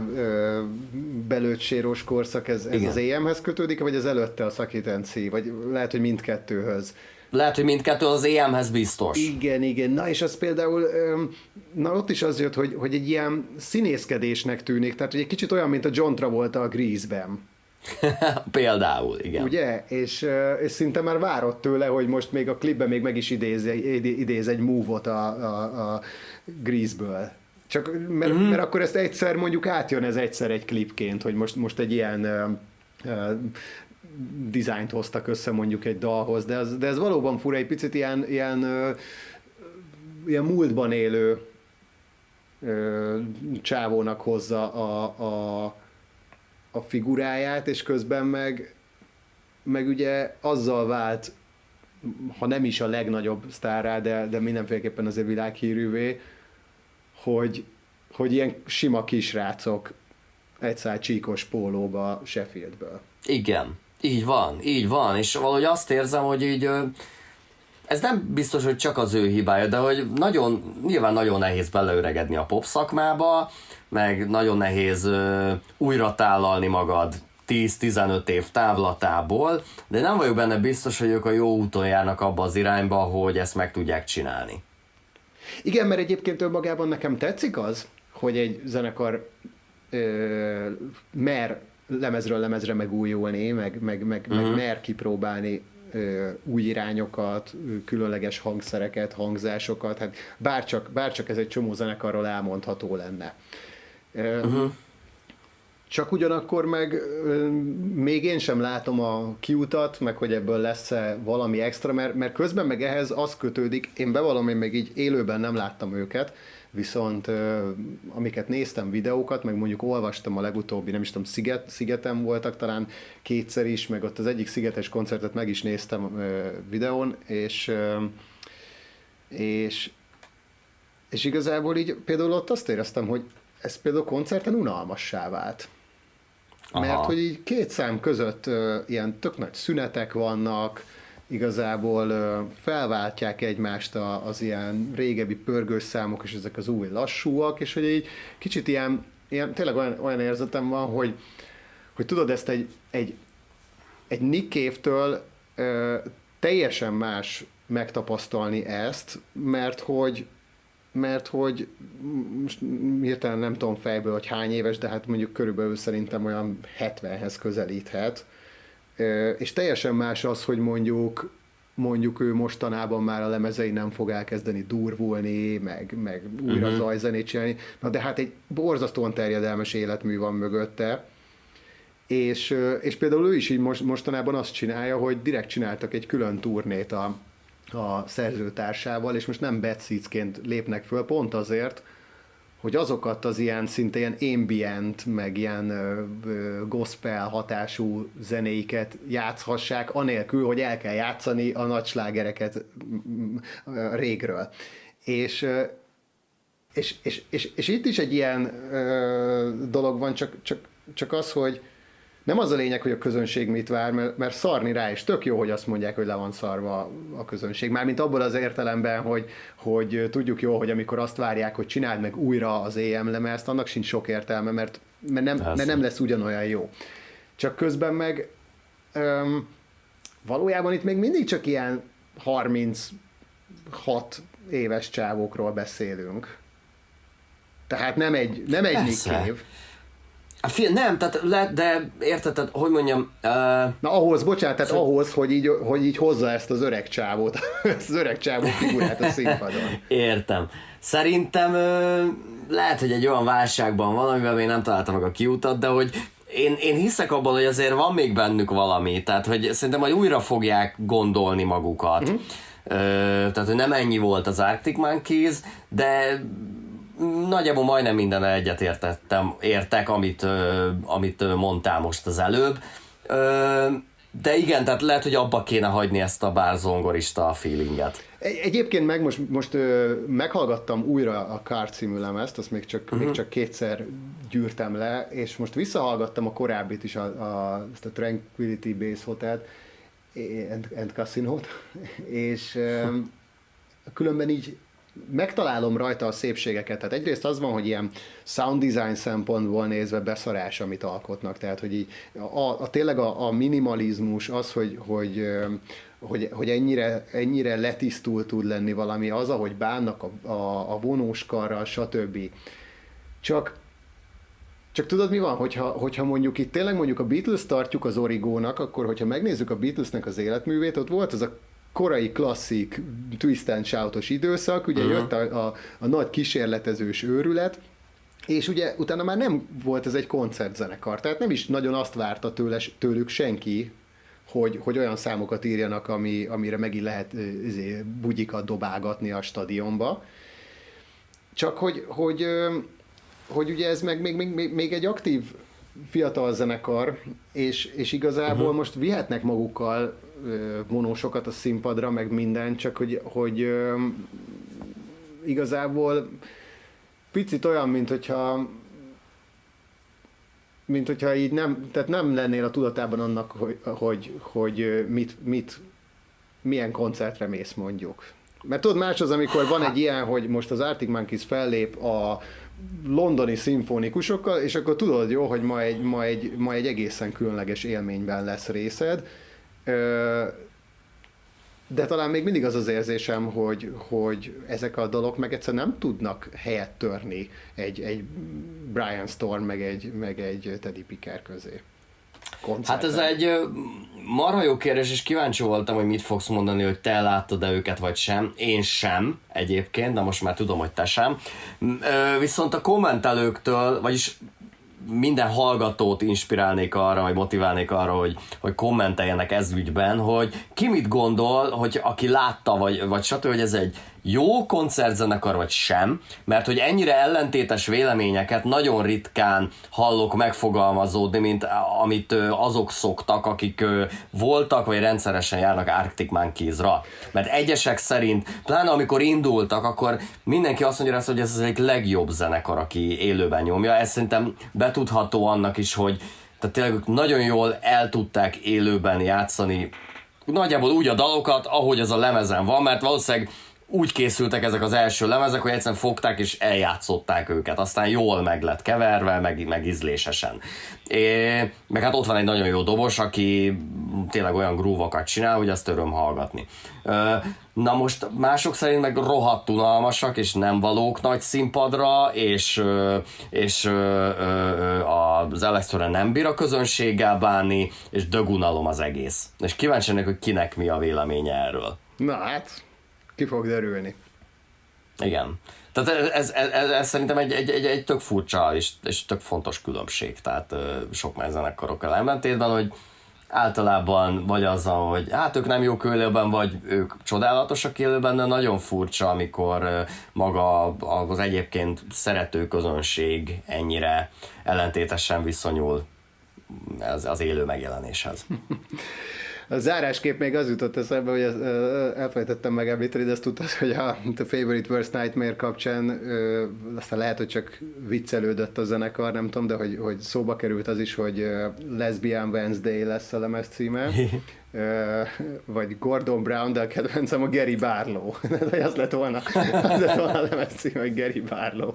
belőtt sérós korszak, ez, ez az á em-hez kötődik, vagy az előtte a szakítenci, vagy lehet, hogy mindkettőhöz. Lehet, hogy mindkettő az á em-hez biztos. Igen, igen. Na és az például, na ott is az jött, hogy, hogy egy ilyen színészkedésnek tűnik, tehát hogy egy kicsit olyan, mint a John Travolta a Grease-ben. Például, igen. Ugye? És, és szinte már várott tőle, hogy most még a klipben még meg is idéz, idéz egy move-ot a, a, a Grease-ből. Csak mert, mm-hmm. mert akkor ezt egyszer mondjuk átjön ez egyszer egy klipként, hogy most, most egy ilyen uh, uh, dizájnt hoztak össze mondjuk egy dalhoz, de ez, de ez valóban fura, egy picit ilyen, ilyen, uh, ilyen múltban élő uh, csávónak hozza a, a a figuráját, és közben meg, meg ugye azzal vált, ha nem is a legnagyobb sztárrá, de, de mindenféleképpen azért világhírűvé, hogy, hogy ilyen sima kisrácok egy szál csíkos pólóba Sheffieldből. Igen, így van, így van, és valahogy azt érzem, hogy így ez nem biztos, hogy csak az ő hibája, de hogy nagyon, nyilván nagyon nehéz beleöregedni a pop szakmába, meg nagyon nehéz uh, újra tálalni magad tíz-tizenöt év távlatából, de nem vagyok benne biztos, hogy ők a jó úton járnak abba az irányba, hogy ezt meg tudják csinálni. Igen, mert egyébként önmagában nekem tetszik az, hogy egy zenekar ö, mer lemezről lemezre megújulni, meg, meg, meg, uh-huh. meg mer kipróbálni ö, új irányokat, különleges hangszereket, hangzásokat, hát bárcsak, bárcsak ez egy csomó zenekarról elmondható lenne. Uh-huh. Csak ugyanakkor meg még én sem látom a kiutat, meg hogy ebből lesz-e valami extra, mert, mert közben meg ehhez az kötődik, én bevallom, én még így élőben nem láttam őket, viszont amiket néztem videókat, meg mondjuk olvastam a legutóbbi, nem is tudom, Sziget, Szigeten voltak talán kétszer is, meg ott az egyik szigetes koncertet meg is néztem videón, és és, és igazából így például ott azt éreztem, hogy ez például koncerten unalmassá vált. Aha. Mert hogy így két szám között uh, ilyen tök nagy szünetek vannak, igazából uh, felváltják egymást a, az ilyen régebbi pörgős számok, és ezek az új lassúak, és hogy így kicsit ilyen, ilyen tényleg olyan, olyan érzetem van, hogy, hogy tudod ezt egy, egy, egy Nick Cave-től uh, teljesen más megtapasztalni ezt, mert hogy mert hogy most hirtelen nem tudom fejből, hogy hány éves, de hát mondjuk körülbelül szerintem olyan hetvenhez közelíthet. És teljesen más az, hogy mondjuk, mondjuk ő mostanában már a lemezei nem fog elkezdeni durvulni, meg, meg újra uh-huh. zajzenét csinálni. Na de hát egy borzasztóan terjedelmes életmű van mögötte. És, és például ő is így most, mostanában azt csinálja, hogy direkt csináltak egy külön turnét a a szerzőtársával, és most nem bad seeds-ként lépnek föl, pont azért, hogy azokat az ilyen szinte ilyen ambient, meg ilyen ö, gospel hatású zenéiket játszhassák, anélkül, hogy el kell játszani a nagy slágereket régről. És, és, és, és, és itt is egy ilyen ö, dolog van, csak, csak, csak az, hogy nem az a lényeg, hogy a közönség mit vár, mert, mert szarni rá, és tök jó, hogy azt mondják, hogy le van szarva a közönség. Mármint abból az értelemben, hogy, hogy tudjuk jól, hogy amikor azt várják, hogy csináld meg újra az á em lemezt, annak sincs sok értelme, mert, mert, nem, mert nem lesz ugyanolyan jó. Csak közben meg öm, valójában itt még mindig csak ilyen harminchat éves csávókról beszélünk. Tehát nem egy, nem egy Nick Cave. Fél, nem, tehát le, de érted, tehát, hogy mondjam... Uh... Na ahhoz, bocsánat, tehát szóval... ahhoz, hogy így, hogy így hozza ezt az öreg csávót, ezt az öreg csávó figurát a színpadon. Értem. Szerintem uh, lehet, hogy egy olyan válságban van, amiben még nem találtam meg a kiutat, de hogy én, én hiszek abban, hogy azért van még bennük valami, tehát hogy szerintem majd újra fogják gondolni magukat. Uh-huh. Uh, tehát, hogy nem ennyi volt az Arctic Monkeys, de nagyjából majdnem minden egyet értettem, értek, amit, ö, amit ö, mondtál most az előbb. Ö, de igen, tehát lehet, hogy abba kéne hagyni ezt a bárzongorista feelinget. Egyébként meg most, most ö, meghallgattam újra a Card című lemezt, azt még csak, uh-huh. még csak kétszer gyűrtem le, és most visszahallgattam a korábbit is, a, a, ezt a Tranquility Base Hotel and, and Casino-t, és ö, különben így megtalálom rajta a szépségeket. Tehát egyrészt az van, hogy ilyen sound design szempontból nézve beszarás, amit alkotnak. Tehát, hogy így a, a, tényleg a, a minimalizmus, az, hogy, hogy, hogy, hogy ennyire, ennyire letisztult tud lenni valami, az, ahogy bánnak a, a, a vonóskarral, stb. Csak Csak tudod, mi van? Hogyha, hogyha mondjuk itt tényleg mondjuk a Beatles tartjuk az origónak, akkor hogyha megnézzük a Beatlesnek az életművét, ott volt az a korai klasszik twist and shout-os időszak, ugye uh-huh. jött a, a, a nagy kísérletezős őrület, és ugye utána már nem volt ez egy koncertzenekar, tehát nem is nagyon azt várta tőle, tőlük senki, hogy, hogy olyan számokat írjanak, ami, amire megint lehet izé, bugyikat dobálgatni a stadionba. Csak hogy, hogy, hogy ugye ez meg még, még, még egy aktív fiatal zenekar, és, és igazából uh-huh. most vihetnek magukkal vonósokat a színpadra, meg minden, csak hogy, hogy um, igazából picit olyan, mint hogyha mint hogyha így nem, tehát nem lennél a tudatában annak, hogy, hogy, hogy mit, mit, milyen koncertre mész mondjuk. Mert tudod, más az, amikor van egy ilyen, hogy most az Arctic Monkeys fellép a londoni szimfonikusokkal, és akkor tudod jó, hogy ma egy, ma egy, ma egy egészen különleges élményben lesz részed, de talán még mindig az az érzésem, hogy, hogy ezek a dolgok meg egyszerűen nem tudnak helyet törni egy, egy Brian Storm meg egy, meg egy Teddy Picker közé. Koncerten. Hát ez egy marha jó kérdés, és kíváncsi voltam, hogy mit fogsz mondani, hogy te láttad-e őket, vagy sem. Én sem egyébként, de most már tudom, hogy te sem. Viszont a kommentelőktől, vagyis minden hallgatót inspirálnék arra, vagy motiválnék arra, hogy, hogy kommenteljenek ez ügyben, hogy ki mit gondol, hogy aki látta, vagy, vagy stb., hogy ez egy jó koncertzenekar, vagy sem, mert hogy ennyire ellentétes véleményeket nagyon ritkán hallok megfogalmazódni, mint amit azok szoktak, akik voltak, vagy rendszeresen járnak Arctic Monkeysra. Mert egyesek szerint, pláne amikor indultak, akkor mindenki azt mondja, hogy ez az egyik legjobb zenekar, aki élőben nyomja. Ez szerintem betudható annak is, hogy tehát tényleg ők nagyon jól el tudták élőben játszani nagyjából úgy a dalokat, ahogy az a lemezen van, mert valószínűleg úgy készültek ezek az első lemezek, hogy egyszerűen fogták és eljátszották őket, aztán jól meg lett keverve, meg, meg ízlésesen. É, meg hát ott van egy nagyon jó dobos, aki tényleg olyan groovokat csinál, hogy azt öröm hallgatni. Na most mások szerint meg rohadt unalmasak, és nem valók nagy színpadra, és, és az Alex Turner nem bír a közönséggel bánni, és dögunalom az egész. És kíváncsi ennek, hogy kinek mi a véleménye erről. Na hát, ki fog derülni. Igen. Tehát ez, ez, ez, ez szerintem egy, egy, egy, egy tök furcsa és, és tök fontos különbség. Tehát sok más zenekarokkal ellentétben, hogy általában vagy azzal, hogy hát ők nem jók élőben, vagy ők csodálatosak élőben, de nagyon furcsa, amikor maga az egyébként szerető közönség ennyire ellentétesen viszonyul az, az élő megjelenéshez. A zárásképp még az jutott eszembe, hogy az, elfelejtettem megemlíteni, de azt tudtad, hogy a The Favorite Worst Nightmare kapcsán aztán lehet, hogy csak viccelődött a zenekar, nem tudom, de hogy, hogy szóba került az is, hogy Lesbian Wednesday lesz a lemez címe, vagy Gordon Brown, de a kedvencem a Gary Barlow. az lett volna, az lett volna a lemez címe, hogy Gary Barlow.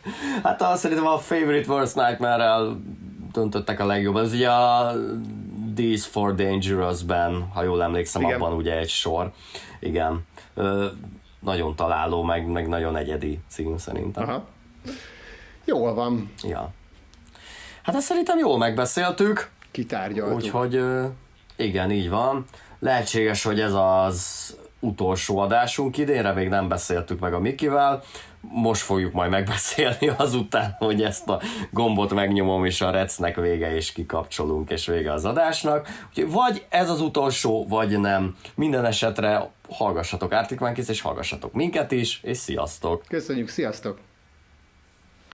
Hát azt szerintem a Favorite Worst Nightmare-rel döntöttek a legjobban. Ez ugye a These for Dangerous-ben, ha jól emlékszem, igen. abban ugye egy sor. Igen. Ö, nagyon találó, meg, meg nagyon egyedi cím szerintem. Aha. Jól van. Ja. Hát ezt szerintem jól megbeszéltük. Kitárgyaltuk. Úgyhogy igen, így van. Lehetséges, hogy ez az utolsó adásunk idénre, még nem beszéltük meg a Mikivel. Most fogjuk majd megbeszélni azután, hogy ezt a gombot megnyomom, és a recnek vége, és kikapcsolunk, és vége az adásnak. Úgyhogy vagy ez az utolsó, vagy nem. Minden esetre hallgassatok Arctic Monkeys, és hallgassatok minket is, és sziasztok! Köszönjük, sziasztok!